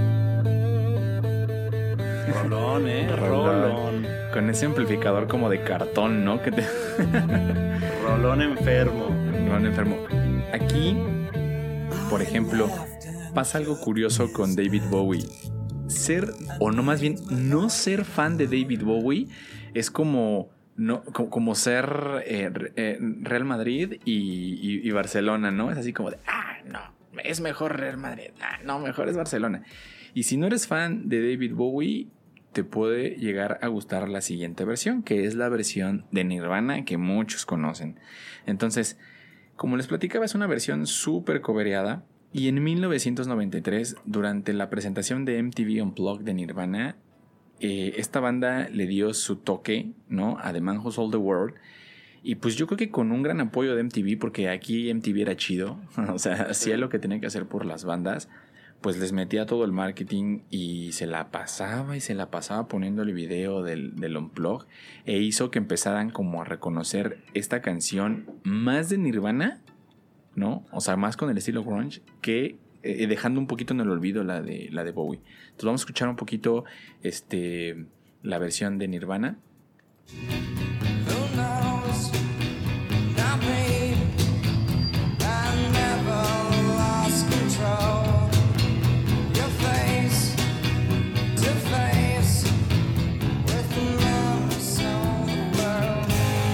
Rolón, eh. Rolón. Con ese amplificador como de cartón, ¿no? Que te... Rolón enfermo. Rolón enfermo. Aquí, por ejemplo, pasa algo curioso con David Bowie. Ser, o no más bien, no ser fan de David Bowie es como, no, como, como ser eh, eh, Real Madrid y, y, y Barcelona, ¿no? Es así como de, ah, no, es mejor Real Madrid, ah, no, mejor es Barcelona. Y si no eres fan de David Bowie, te puede llegar a gustar la siguiente versión, que es la versión de Nirvana que muchos conocen. Entonces, como les platicaba, es una versión súper cobereada. Y en mil novecientos noventa y tres, durante la presentación de M T V Unplugged de Nirvana, eh, esta banda le dio su toque, ¿no? A The Man Who Sold the World. Y pues yo creo que con un gran apoyo de M T V, porque aquí M T V era chido, o sea, hacía lo que tenía que hacer por las bandas, pues les metía todo el marketing y se la pasaba y se la pasaba poniendo el video del, del Unplugged, e hizo que empezaran como a reconocer esta canción más de Nirvana, ¿no? O sea, más con el estilo grunge, que eh, dejando un poquito en el olvido la de, la de Bowie. Entonces vamos a escuchar un poquito este, la versión de Nirvana. Who knows? Not me. I never lost control. Your face to face with the man who sold the world.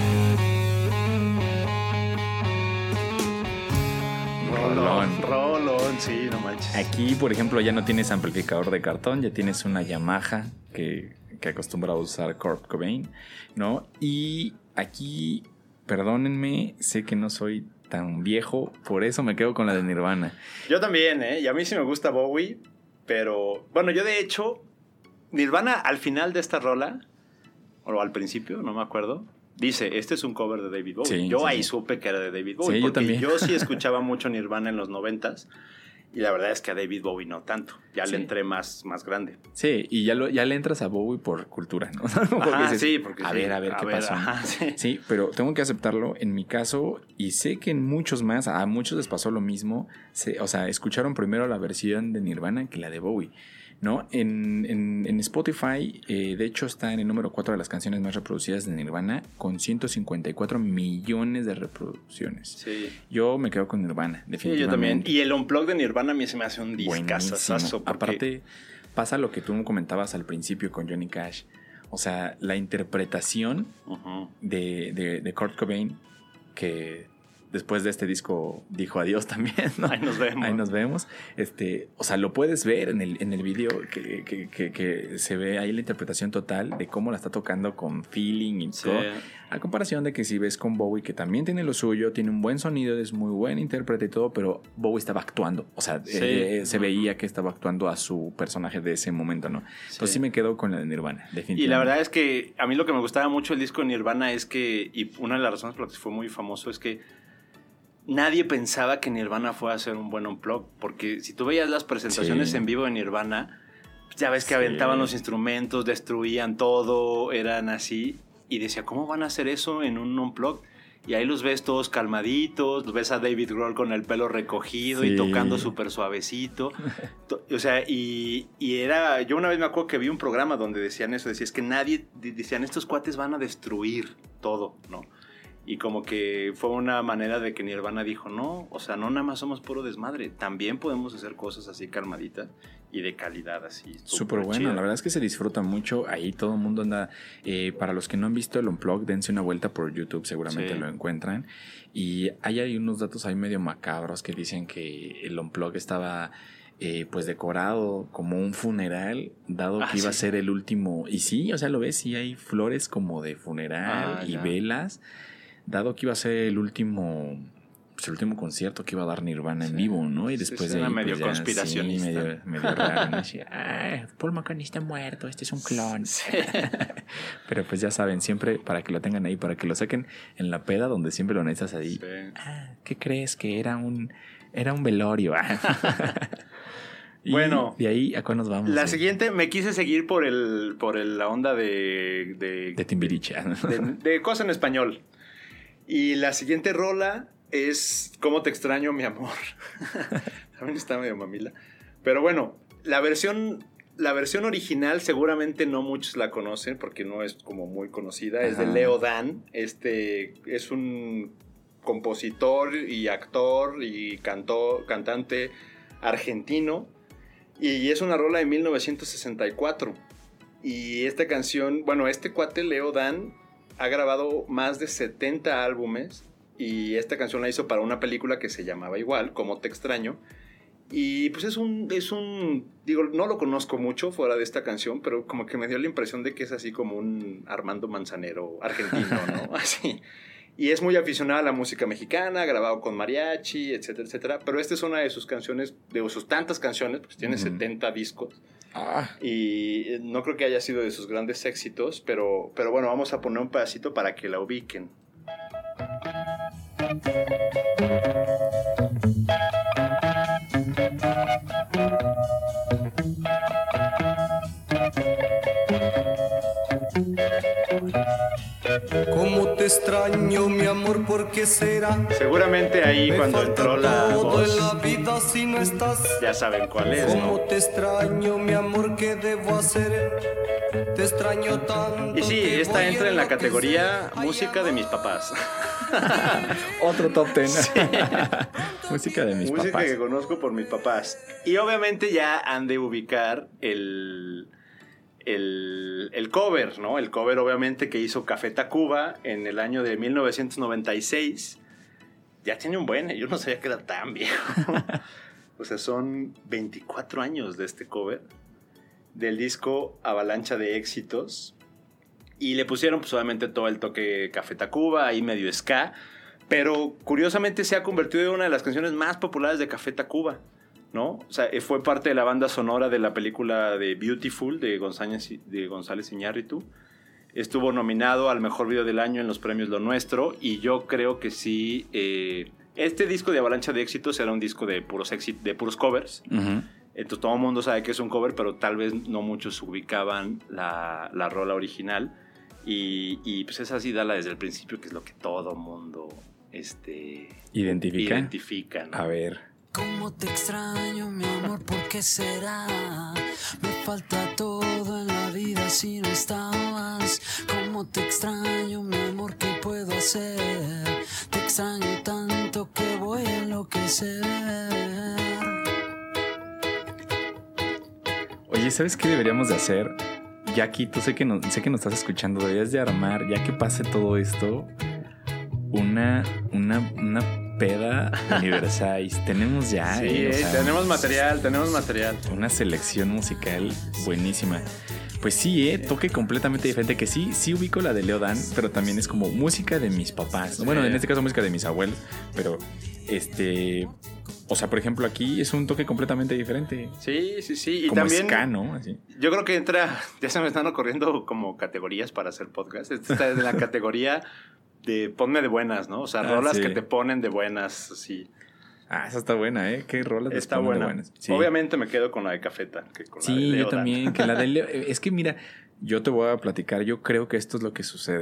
Rolón. Rolón, sí, no manches. Aquí, por ejemplo, ya no tienes amplificador de cartón, ya tienes una Yamaha que, que acostumbra a usar Kurt Cobain, ¿no? Y aquí, perdónenme, sé que no soy tan viejo, por eso me quedo con la de Nirvana. Yo también, ¿eh? Y a mí sí me gusta Bowie, pero... Bueno, yo de hecho, Nirvana al final de esta rola, o al principio, no me acuerdo, dice, este es un cover de David Bowie. Sí, yo sí, ahí sí. supe que era de David Bowie, Sí, yo porque también. yo sí escuchaba mucho Nirvana en los noventas, y la verdad es que a David Bowie no tanto. Ya Sí. le entré más, más grande. Sí, y ya, lo, ya le entras a Bowie por cultura, ¿no? Porque Ajá, dices, sí, porque a sí. ver, a ver A qué ver, pasó. ajá, sí. Sí, pero tengo que aceptarlo en mi caso, y sé que en muchos más, a muchos les pasó lo mismo. Se, o sea, escucharon primero la versión de Nirvana que la de Bowie, ¿no? En, en, en Spotify, eh, de hecho, está en el número cuatro de las canciones más reproducidas de Nirvana, con ciento cincuenta y cuatro millones de reproducciones. Sí. Yo me quedo con Nirvana, Sí, definitivamente. yo también. Y el Unplugged de Nirvana a mí se me hace un discazazazo. Buenísimo. porque- Aparte, pasa lo que tú comentabas al principio con Johnny Cash. O sea, la interpretación Ujú. de, de, de Kurt Cobain, que después de este disco dijo adiós también, ¿no? Ahí nos vemos. Ahí nos vemos. Este, o sea, lo puedes ver en el, en el video que, que, que, que se ve ahí la interpretación total de cómo la está tocando con feeling y Sí. todo. A comparación de que si ves con Bowie, que también tiene lo suyo, tiene un buen sonido, es muy buen intérprete y todo, pero Bowie estaba actuando. O sea, Sí. eh, se Ujú. veía que estaba actuando a su personaje de ese momento, ¿no? Entonces sí me quedo con la de Nirvana, definitivamente. Y la verdad es que a mí lo que me gustaba mucho del disco de Nirvana es que, y una de las razones por las que fue muy famoso es que nadie pensaba que Nirvana fuera a ser un buen unplug, porque si tú veías las presentaciones Sí. en vivo de Nirvana, pues ya ves que Sí. aventaban los instrumentos, destruían todo, eran así, y decía, ¿cómo van a hacer eso en un unplug? Y ahí los ves todos calmaditos, los ves a David Grohl con el pelo recogido Sí. y tocando súper suavecito. To- O sea, y, y era... Yo una vez me acuerdo que vi un programa donde decían eso, decían, es que nadie... Decían, estos cuates van a destruir todo, ¿no? Y como que fue una manera de que Nirvana dijo, no, o sea, no nada más somos puro desmadre, también podemos hacer cosas así calmaditas y de calidad así. Súper bueno, la verdad es que se disfruta mucho. Ahí todo el mundo anda. Eh, para los que no han visto el Unplugged, dense una vuelta por YouTube, seguramente Sí. lo encuentran. Y hay, hay unos datos ahí medio macabros que dicen que el Unplugged estaba eh, pues decorado como un funeral, dado Ah, que iba a sí. ser el último. Y sí, o sea, lo ves, sí hay flores como de funeral Ah, y ya. velas, dado que iba a ser el último. Pues el último concierto que iba a dar Nirvana en vivo, ¿no? Y Sí, después sí, de ahí, era medio pues ya, conspiracionista. sí, medio, medio raro, ¿no? Decía, "Ay, Paul McCartney está muerto, este es un clon". Sí. Pero pues ya saben, siempre para que lo tengan ahí, para que lo saquen en la peda donde siempre lo necesitas ahí. Sí. Ah, ¿qué crees? Que era un, era un velorio. Y Bueno. de ahí, ¿a cuál nos vamos? La de, siguiente, me quise seguir por el por el- la onda de... De, de Timbiriche. de, de cosas en español. Y la siguiente rola es ¿Cómo te extraño, mi amor? También está medio mamila. Pero bueno, la versión, la versión original seguramente no muchos la conocen porque no es como muy conocida. Es de Ajá. Leo Dan. Este es un compositor y actor y cantó, cantante argentino. Y es una rola de mil novecientos sesenta y cuatro. Y esta canción, bueno, este cuate Leo Dan ha grabado más de setenta álbumes y esta canción la hizo para una película que se llamaba igual, Cómo te extraño. Y pues es un, es un, digo, no lo conozco mucho fuera de esta canción, pero como que me dio la impresión de que es así como un Armando Manzanero argentino, ¿no? Así. Y es muy aficionado a la música mexicana, grabado con mariachi, etcétera, etcétera. Pero esta es una de sus canciones, de sus tantas canciones, pues tiene Ujú. setenta discos. Ah, Y no creo que haya sido de sus grandes éxitos, pero, pero bueno, vamos a poner un pedacito para que la ubiquen. Cómo te extraño, mi amor, ¿por qué será? Seguramente ahí Me cuando falta entró la todo en voz, la vida si no estás. ya saben cuál es, Cómo ¿no? te extraño, mi amor, ¿qué debo hacer? Te extraño tanto. Y sí, que esta voy entra a en la enloquecer. categoría Ay, música de mis papás. otro top ten. Música de mis Música papás. que conozco por mis papás. Y obviamente ya han de ubicar el, el, el cover, ¿no? El cover obviamente que hizo Café Tacuba en el año de mil novecientos noventa y seis. Ya tiene un buen, yo no sabía que era tan viejo. O sea, son veinticuatro años de este cover. Del disco Avalancha de Éxitos. Y le pusieron pues obviamente todo el toque Café Tacuba, ahí medio ska. Pero curiosamente se ha convertido en una de las canciones más populares de Café Tacuba, ¿no? O sea, fue parte de la banda sonora de la película de Beautiful de González, de González Iñárritu. Estuvo nominado al mejor video del año en los premios Lo Nuestro. Y yo creo que sí. Eh, este disco de Avalancha de Éxitos era un disco de puros, éxit, de puros covers. Ujú. Entonces todo el mundo sabe que es un cover, pero tal vez no muchos ubicaban la, la rola original. Y, y pues esa sí dala desde el principio, que es lo que todo mundo este, ¿Identifica? identifica, ¿no? A ver. Cómo te extraño, mi amor, ¿por qué será? Me falta todo en la vida si no estabas. Cómo te extraño, mi amor, ¿qué puedo hacer? Te extraño tanto que voy a enloquecer. Oye, ¿sabes qué deberíamos de hacer? Jackie, tú sé que, no, sé que nos estás escuchando. Deberías de armar, ya que pase todo esto, una, una, una peda universal. Tenemos ya, Sí, eh, o eh, sea, tenemos material, tenemos material. una selección musical buenísima. Pues sí, eh, toque completamente diferente. Que sí, sí ubico la de Leo Dan, pero también es como música de mis papás. Bueno, en este caso música de mis abuelos, pero este... O sea, por ejemplo, aquí es un toque completamente diferente. Sí, sí, sí. Y Como también ska, ¿no? Así. yo creo que entra, ya se me están ocurriendo como categorías para hacer podcast. Esta está en la categoría de ponme de buenas, ¿no? O sea, Ah, rolas sí. que te ponen de buenas, así. Ah, esa está buena, ¿eh? Qué rolas les Está ponen de buena. buenas. Sí. Obviamente me quedo con la de Cafeta. Que con la de Sí, Leo yo Dan. también. Que la de Leo- es que mira, yo te voy a platicar. Yo creo que esto es lo que sucede.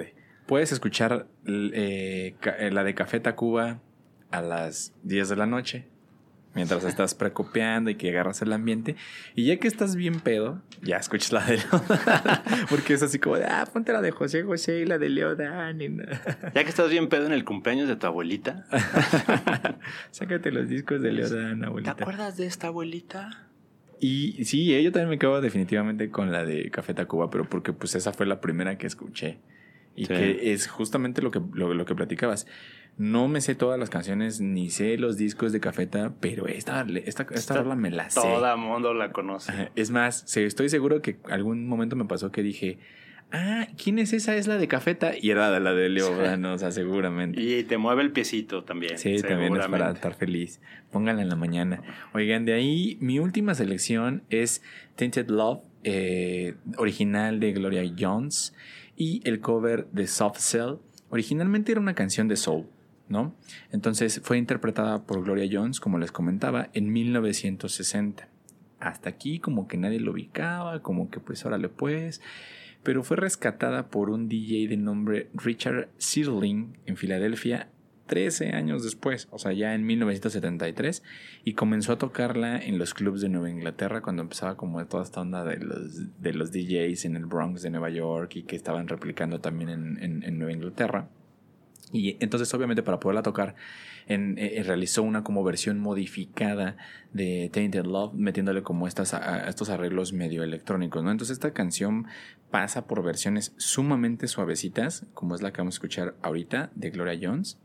puedes escuchar eh, ca- eh, la de Café Tacuba a las diez de la noche, mientras estás precopeando y que agarras el ambiente. Y ya que estás bien pedo, ya escuchas la de Leodán. Porque es así como de, ah, ponte la de José José y la de Leodán. Y no. Ya que estás bien pedo en el cumpleaños de tu abuelita. Sácate los discos de Leodán, ¿Te abuelita. acuerdas de esta abuelita? Y sí, eh, yo también me quedo definitivamente con la de Café Tacuba, pero porque pues esa fue la primera que escuché. Y Sí. que es justamente lo que, lo, lo que platicabas. No me sé todas las canciones, ni sé los discos de Cafeta, pero esta, esta, esta, Esta rola me la sé. Todo mundo la conoce. Ajá. Es más, sí, estoy seguro que algún momento me pasó que dije, ah, ¿quién es esa? Es la de Cafeta. Y era la de Leodán, o sea, seguramente. Y te mueve el piecito también. Sí, también es para seguramente. estar feliz. Pónganla en la mañana. Oigan, de ahí mi última selección es Tainted Love, eh, original de Gloria Jones, y el cover de Soft Cell. Originalmente era una canción de soul, ¿no? Entonces fue interpretada por Gloria Jones, como les comentaba, en mil novecientos sesenta. Hasta aquí como que nadie lo ubicaba, como que pues órale pues... pero fue rescatada por un D J de nombre Richard Searling en Filadelfia trece años después, o sea, ya en mil novecientos setenta y tres, y comenzó a tocarla en los clubs de Nueva Inglaterra cuando empezaba como toda esta onda de los, de los D Js en el Bronx de Nueva York y que estaban replicando también en, en, en Nueva Inglaterra. Y entonces obviamente para poderla tocar en, eh, realizó una como versión modificada de Tainted Love, metiéndole como estas, a, estos arreglos medio electrónicos, ¿no? Entonces esta canción pasa por versiones sumamente suavecitas, como es la que vamos a escuchar ahorita de Gloria Jones.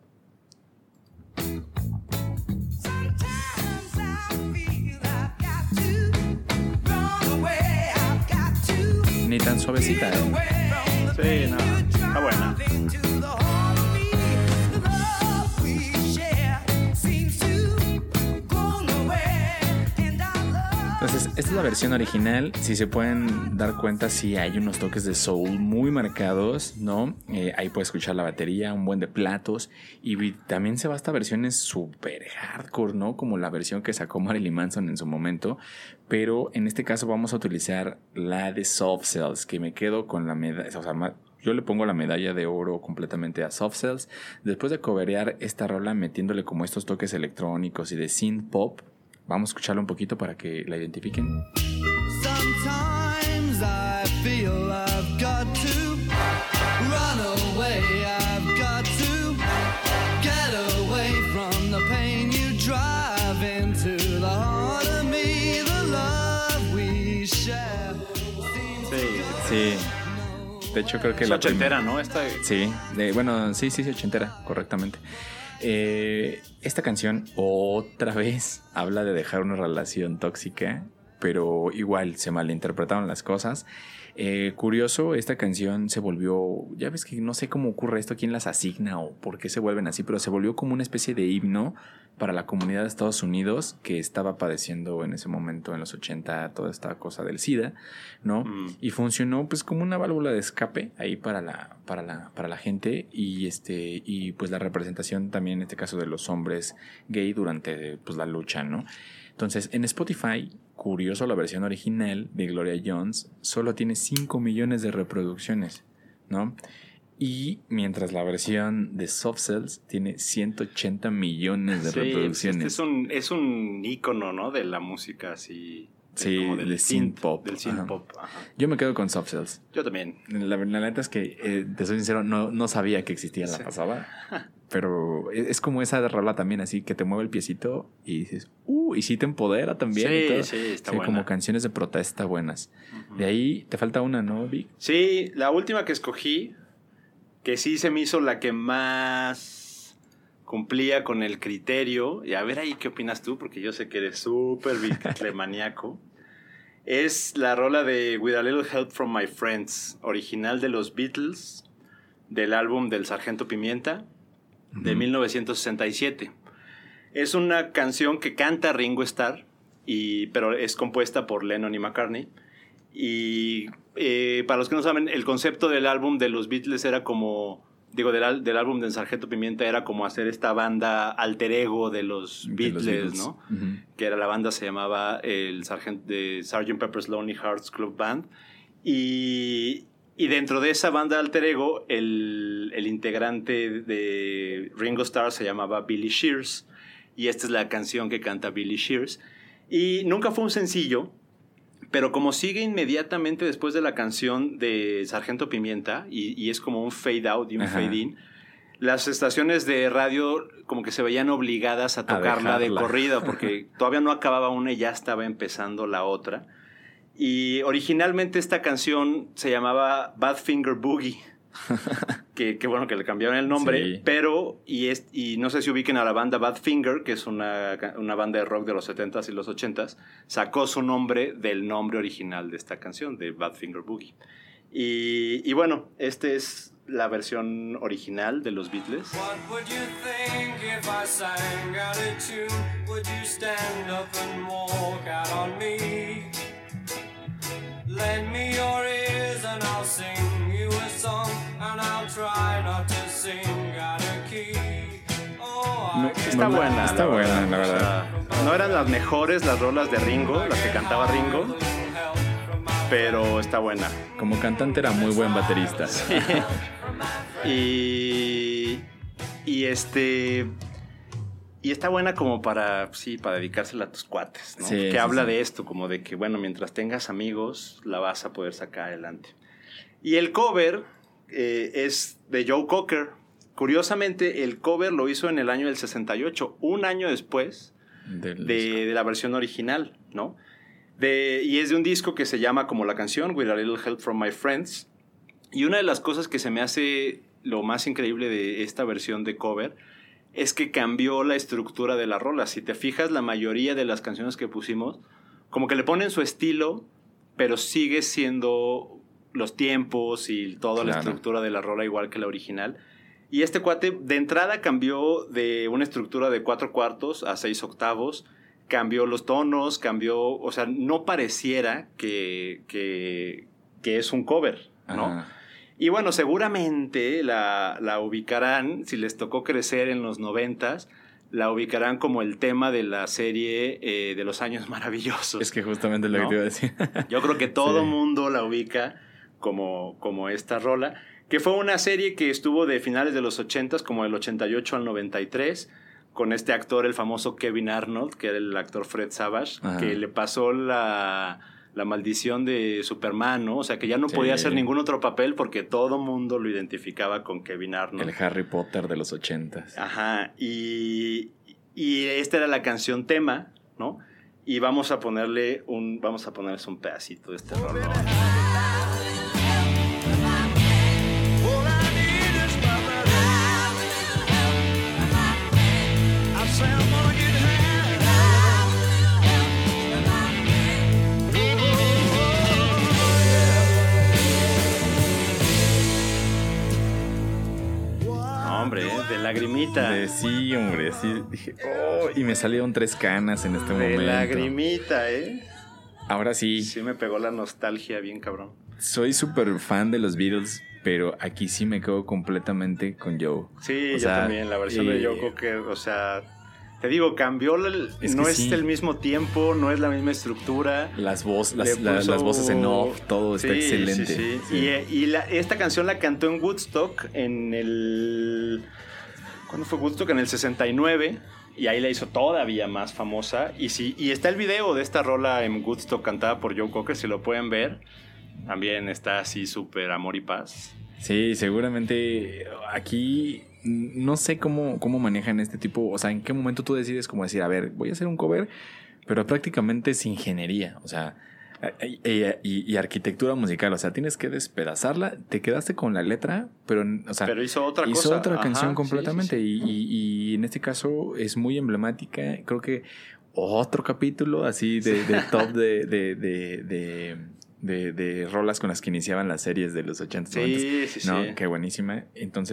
Ni tan suavecita, ¿eh? Sí, no, está buena. Entonces, esta es la versión original. Si se pueden dar cuenta, sí hay unos toques de soul muy marcados, ¿no? Eh, ahí puedes escuchar la batería, un buen de platos. Y también se va hasta versiones súper hardcore, ¿no? Como la versión que sacó Marilyn Manson en su momento. Pero en este caso vamos a utilizar la de Soft Cells, que me quedo con la medalla. O sea, yo le pongo la medalla de oro completamente a Soft Cells. Después de coverear esta rola metiéndole como estos toques electrónicos y de synth pop, vamos a escucharla un poquito para que la identifiquen. Sometimes I feel I've got to run away, I've got to get away from the pain you drive into the heart of me, the love we share. Sí. Sí. De hecho creo que Es la ochentera, prim- ¿no? Esta... Sí, de, bueno, sí, sí, sí, ochentera, correctamente. Eh, esta canción otra vez habla de dejar una relación tóxica, pero igual se malinterpretaron las cosas. Eh, curioso, esta canción se volvió, ya ves que no sé cómo ocurre esto, quién las asigna o por qué se vuelven así, pero se volvió como una especie de himno para la comunidad de Estados Unidos que estaba padeciendo en ese momento, en los ochenta, toda esta cosa del SIDA, ¿no? Mm. Y funcionó pues como una válvula de escape ahí para la, para la, para la gente y este, y pues la representación también en este caso de los hombres gay durante pues la lucha, ¿no? Entonces en Spotify, curioso, la versión original de Gloria Jones solo tiene cinco millones de reproducciones, ¿no? Y mientras la versión de Soft Cells tiene ciento ochenta millones de Sí, reproducciones. este es un, es un ícono, ¿no? De la música así. de- Sí, como del synth pop. Del synth Ajá. pop. Ajá. Yo me quedo con Soft Cells. Yo también. La, la neta es que, eh, te soy sincero, no, no sabía que existía la Sí. pasada. Pero es, es como esa rola también así, que te mueve el piecito y dices, uh, y sí te empodera también. Sí, y todo. sí, está Sí, buena. como canciones de protesta buenas. De ahí te falta una, ¿no, Vic? Sí, la última que escogí, que sí se me hizo la que más cumplía con el criterio, y a ver ahí qué opinas tú, porque yo sé que eres súper bitlemaníaco, es la rola de With a Little Help from My Friends, original de los Beatles, del álbum del Sargento Pimienta, de mil novecientos sesenta y siete. Es una canción que canta Ringo Starr, y, pero es compuesta por Lennon y McCartney. Y eh, para los que no saben, el concepto del álbum de los Beatles era como, digo, del, al- del álbum del Sargento Pimienta era como hacer esta banda alter ego de los De Beatles, los Beatles. ¿no? Ujú. Que era la banda, se llamaba el Sargent, de sergeant Pepper's Lonely Hearts Club Band. Y, Y dentro de esa banda alter ego, el, el integrante de Ringo Starr se llamaba Billy Shears. Y esta es la canción que canta Billy Shears. Y nunca fue un sencillo, pero como sigue inmediatamente después de la canción de Sargento Pimienta, y, y es como un fade out y un Ajá. fade in, las estaciones de radio como que se veían obligadas a tocarla A de dejarla. corrido, porque todavía no acababa una y ya estaba empezando la otra. Y originalmente esta canción se llamaba Badfinger Boogie, que, que bueno que le cambiaron el nombre, Sí. pero, y, es, y no sé si ubiquen a la banda Badfinger, que es una, una banda de rock de los setentas y los ochentas, sacó su nombre del nombre original de esta canción, de Badfinger Boogie. Y, y bueno, esta es la versión original de los Beatles. What would you think if I sang out a tune? Would you stand up and walk out on me? Lend me your ears and I'll sing you a song, and I'll try not to sing out of key. Oh, I No, can Está no, buena. Está buena, la verdad. O sea, no eran las mejores las rolas de Ringo, las que cantaba Ringo, pero está buena. Como cantante era muy buen baterista. Y, y este y está buena como para sí para dedicársela a tus cuates, ¿no? Sí, que sí, habla sí. de esto, como de que bueno, mientras tengas amigos la vas a poder sacar adelante. Y el cover eh, es de Joe Cocker. Curiosamente el cover lo hizo en el año del sesenta y ocho, un año después Del de, de la versión original, ¿no? De, y es de un disco que se llama como la canción, With a Little Help from My Friends. Y una de las cosas que se me hace lo más increíble de esta versión de cover es que cambió la estructura de la rola. Si te fijas, la mayoría de las canciones que pusimos, como que le ponen su estilo, pero sigue siendo los tiempos y toda la Claro. estructura de la rola igual que la original. Y este cuate de entrada cambió de una estructura de cuatro cuartos a seis octavos, cambió los tonos, cambió, o sea, no pareciera que, que, que es un cover, ¿no? Ajá. Y bueno, seguramente la, la ubicarán, si les tocó crecer en los noventas, la ubicarán como el tema de la serie eh, de los años maravillosos. Es que justamente lo ¿No? que te iba a decir. Yo creo que todo Sí. mundo la ubica como, como esta rola, que fue una serie que estuvo de finales de los ochentas, como del ochenta y ocho al noventa y tres, con este actor, el famoso Kevin Arnold, que era el actor Fred Savage, Ajá. que le pasó la, la maldición de Superman, ¿no? O sea, que ya no Sí. podía hacer ningún otro papel porque todo mundo lo identificaba con Kevin Arnold. El Harry Potter de los ochentas. Ajá, y, y esta era la canción tema, ¿no? Y vamos a ponerle un, vamos a ponerles un pedacito de este rollo. No, hombre, ¿eh? De lagrimita. De, sí, hombre, sí. Dije, oh, y me salieron tres canas en este De momento. lagrimita, ¿eh? Ahora sí, Sí me pegó la nostalgia bien cabrón. soy súper fan de los Beatles, pero aquí sí me quedo completamente con Joe. Sí, O yo sea, también. La versión de eh, Joe Cocker, o sea, te digo, cambió. El, Es no que es sí. el mismo tiempo, no es la misma estructura. Las, voz, Le las, la- puso- las voces en off, todo está Sí, excelente. sí, sí. Sí. Y, eh, y la- esta canción la cantó en Woodstock en el... ¿Cuándo fue Woodstock? En el sesenta y nueve. Y ahí la hizo todavía más famosa. Y, sí, y está el video de esta rola en Woodstock cantada por Joe Cocker, si lo pueden ver. También está así súper amor y paz. Sí, seguramente aquí no sé cómo, cómo manejan este tipo, o sea, en qué momento tú decides como decir, a ver, voy a hacer un cover, pero prácticamente es ingeniería, o sea, y, y- y arquitectura musical, o sea, tienes que despedazarla, te quedaste con la letra, pero, o sea, Pero hizo otra hizo cosa. otra Ajá, canción sí, completamente sí, sí. Y, y- y en este caso es muy emblemática, creo que otro capítulo así de, de top de... de, de, de De, de rolas con las que iniciaban las series de los ochentas. Sí, sí, ¿no? sí. Qué buenísima. Entonces,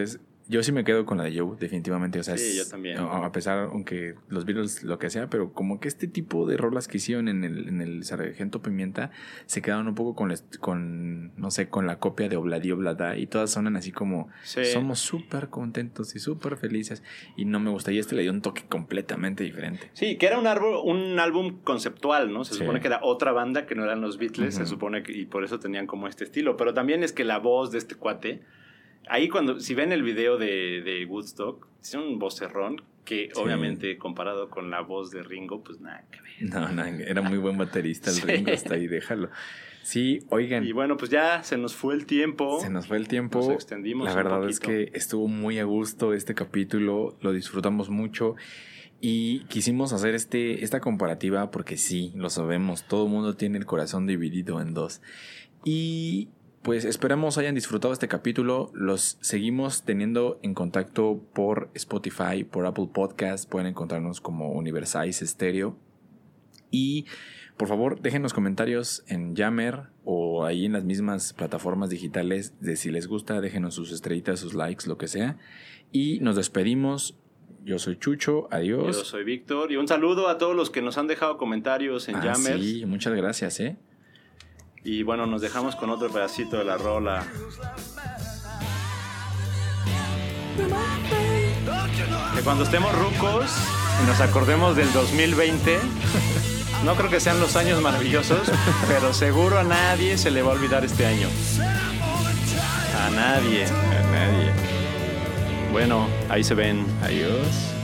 yo sí me quedo con la de Joe, definitivamente. O sea, Sí, es- yo también. A, a pesar, aunque los Beatles, lo que sea, pero como que este tipo de rolas que hicieron en el, en el Sargento Pimienta se quedaron un poco con, la- con no sé, con la copia de Obladi Oblada y todas sonan así como Sí. somos súper contentos y súper felices y no me gusta. Y este le dio un toque completamente diferente. Sí, que era un, árbol, un álbum conceptual, ¿no? Se Sí. supone que era otra banda que no eran los Beatles, Ujú. se supone que, y por eso tenían como este estilo. Pero también es que la voz de este cuate, ahí cuando, si ven el video de, de Woodstock, tiene un vocerrón que Sí. obviamente comparado con la voz de Ringo, pues nada que ver. No, no, era muy buen baterista el Sí. Ringo, hasta ahí, déjalo. Sí, oigan. Y bueno, pues ya se nos fue el tiempo. Se nos fue el tiempo. Nos extendimos La un verdad es poquito. que estuvo muy a gusto este capítulo, lo disfrutamos mucho y quisimos hacer este, esta comparativa porque sí, lo sabemos, todo el mundo tiene el corazón dividido en dos. Y pues esperamos hayan disfrutado este capítulo, los seguimos teniendo en contacto por Spotify, por Apple Podcast, pueden encontrarnos como Universalize Stereo. Y por favor, déjenos comentarios en Yammer o ahí en las mismas plataformas digitales de si les gusta, déjenos sus estrellitas, sus likes, lo que sea. Y nos despedimos. Yo soy Chucho, Yo adiós. soy Víctor. Y un saludo a todos los que nos han dejado comentarios en Ah, Jammers. sí, muchas gracias, ¿eh? Y bueno, nos dejamos con otro pedacito de la rola. Que cuando estemos rucos y nos acordemos del dos mil veinte, no creo que sean los años maravillosos, pero seguro a nadie se le va a olvidar este año. A nadie. A nadie. Bueno, ahí se ven. Adiós.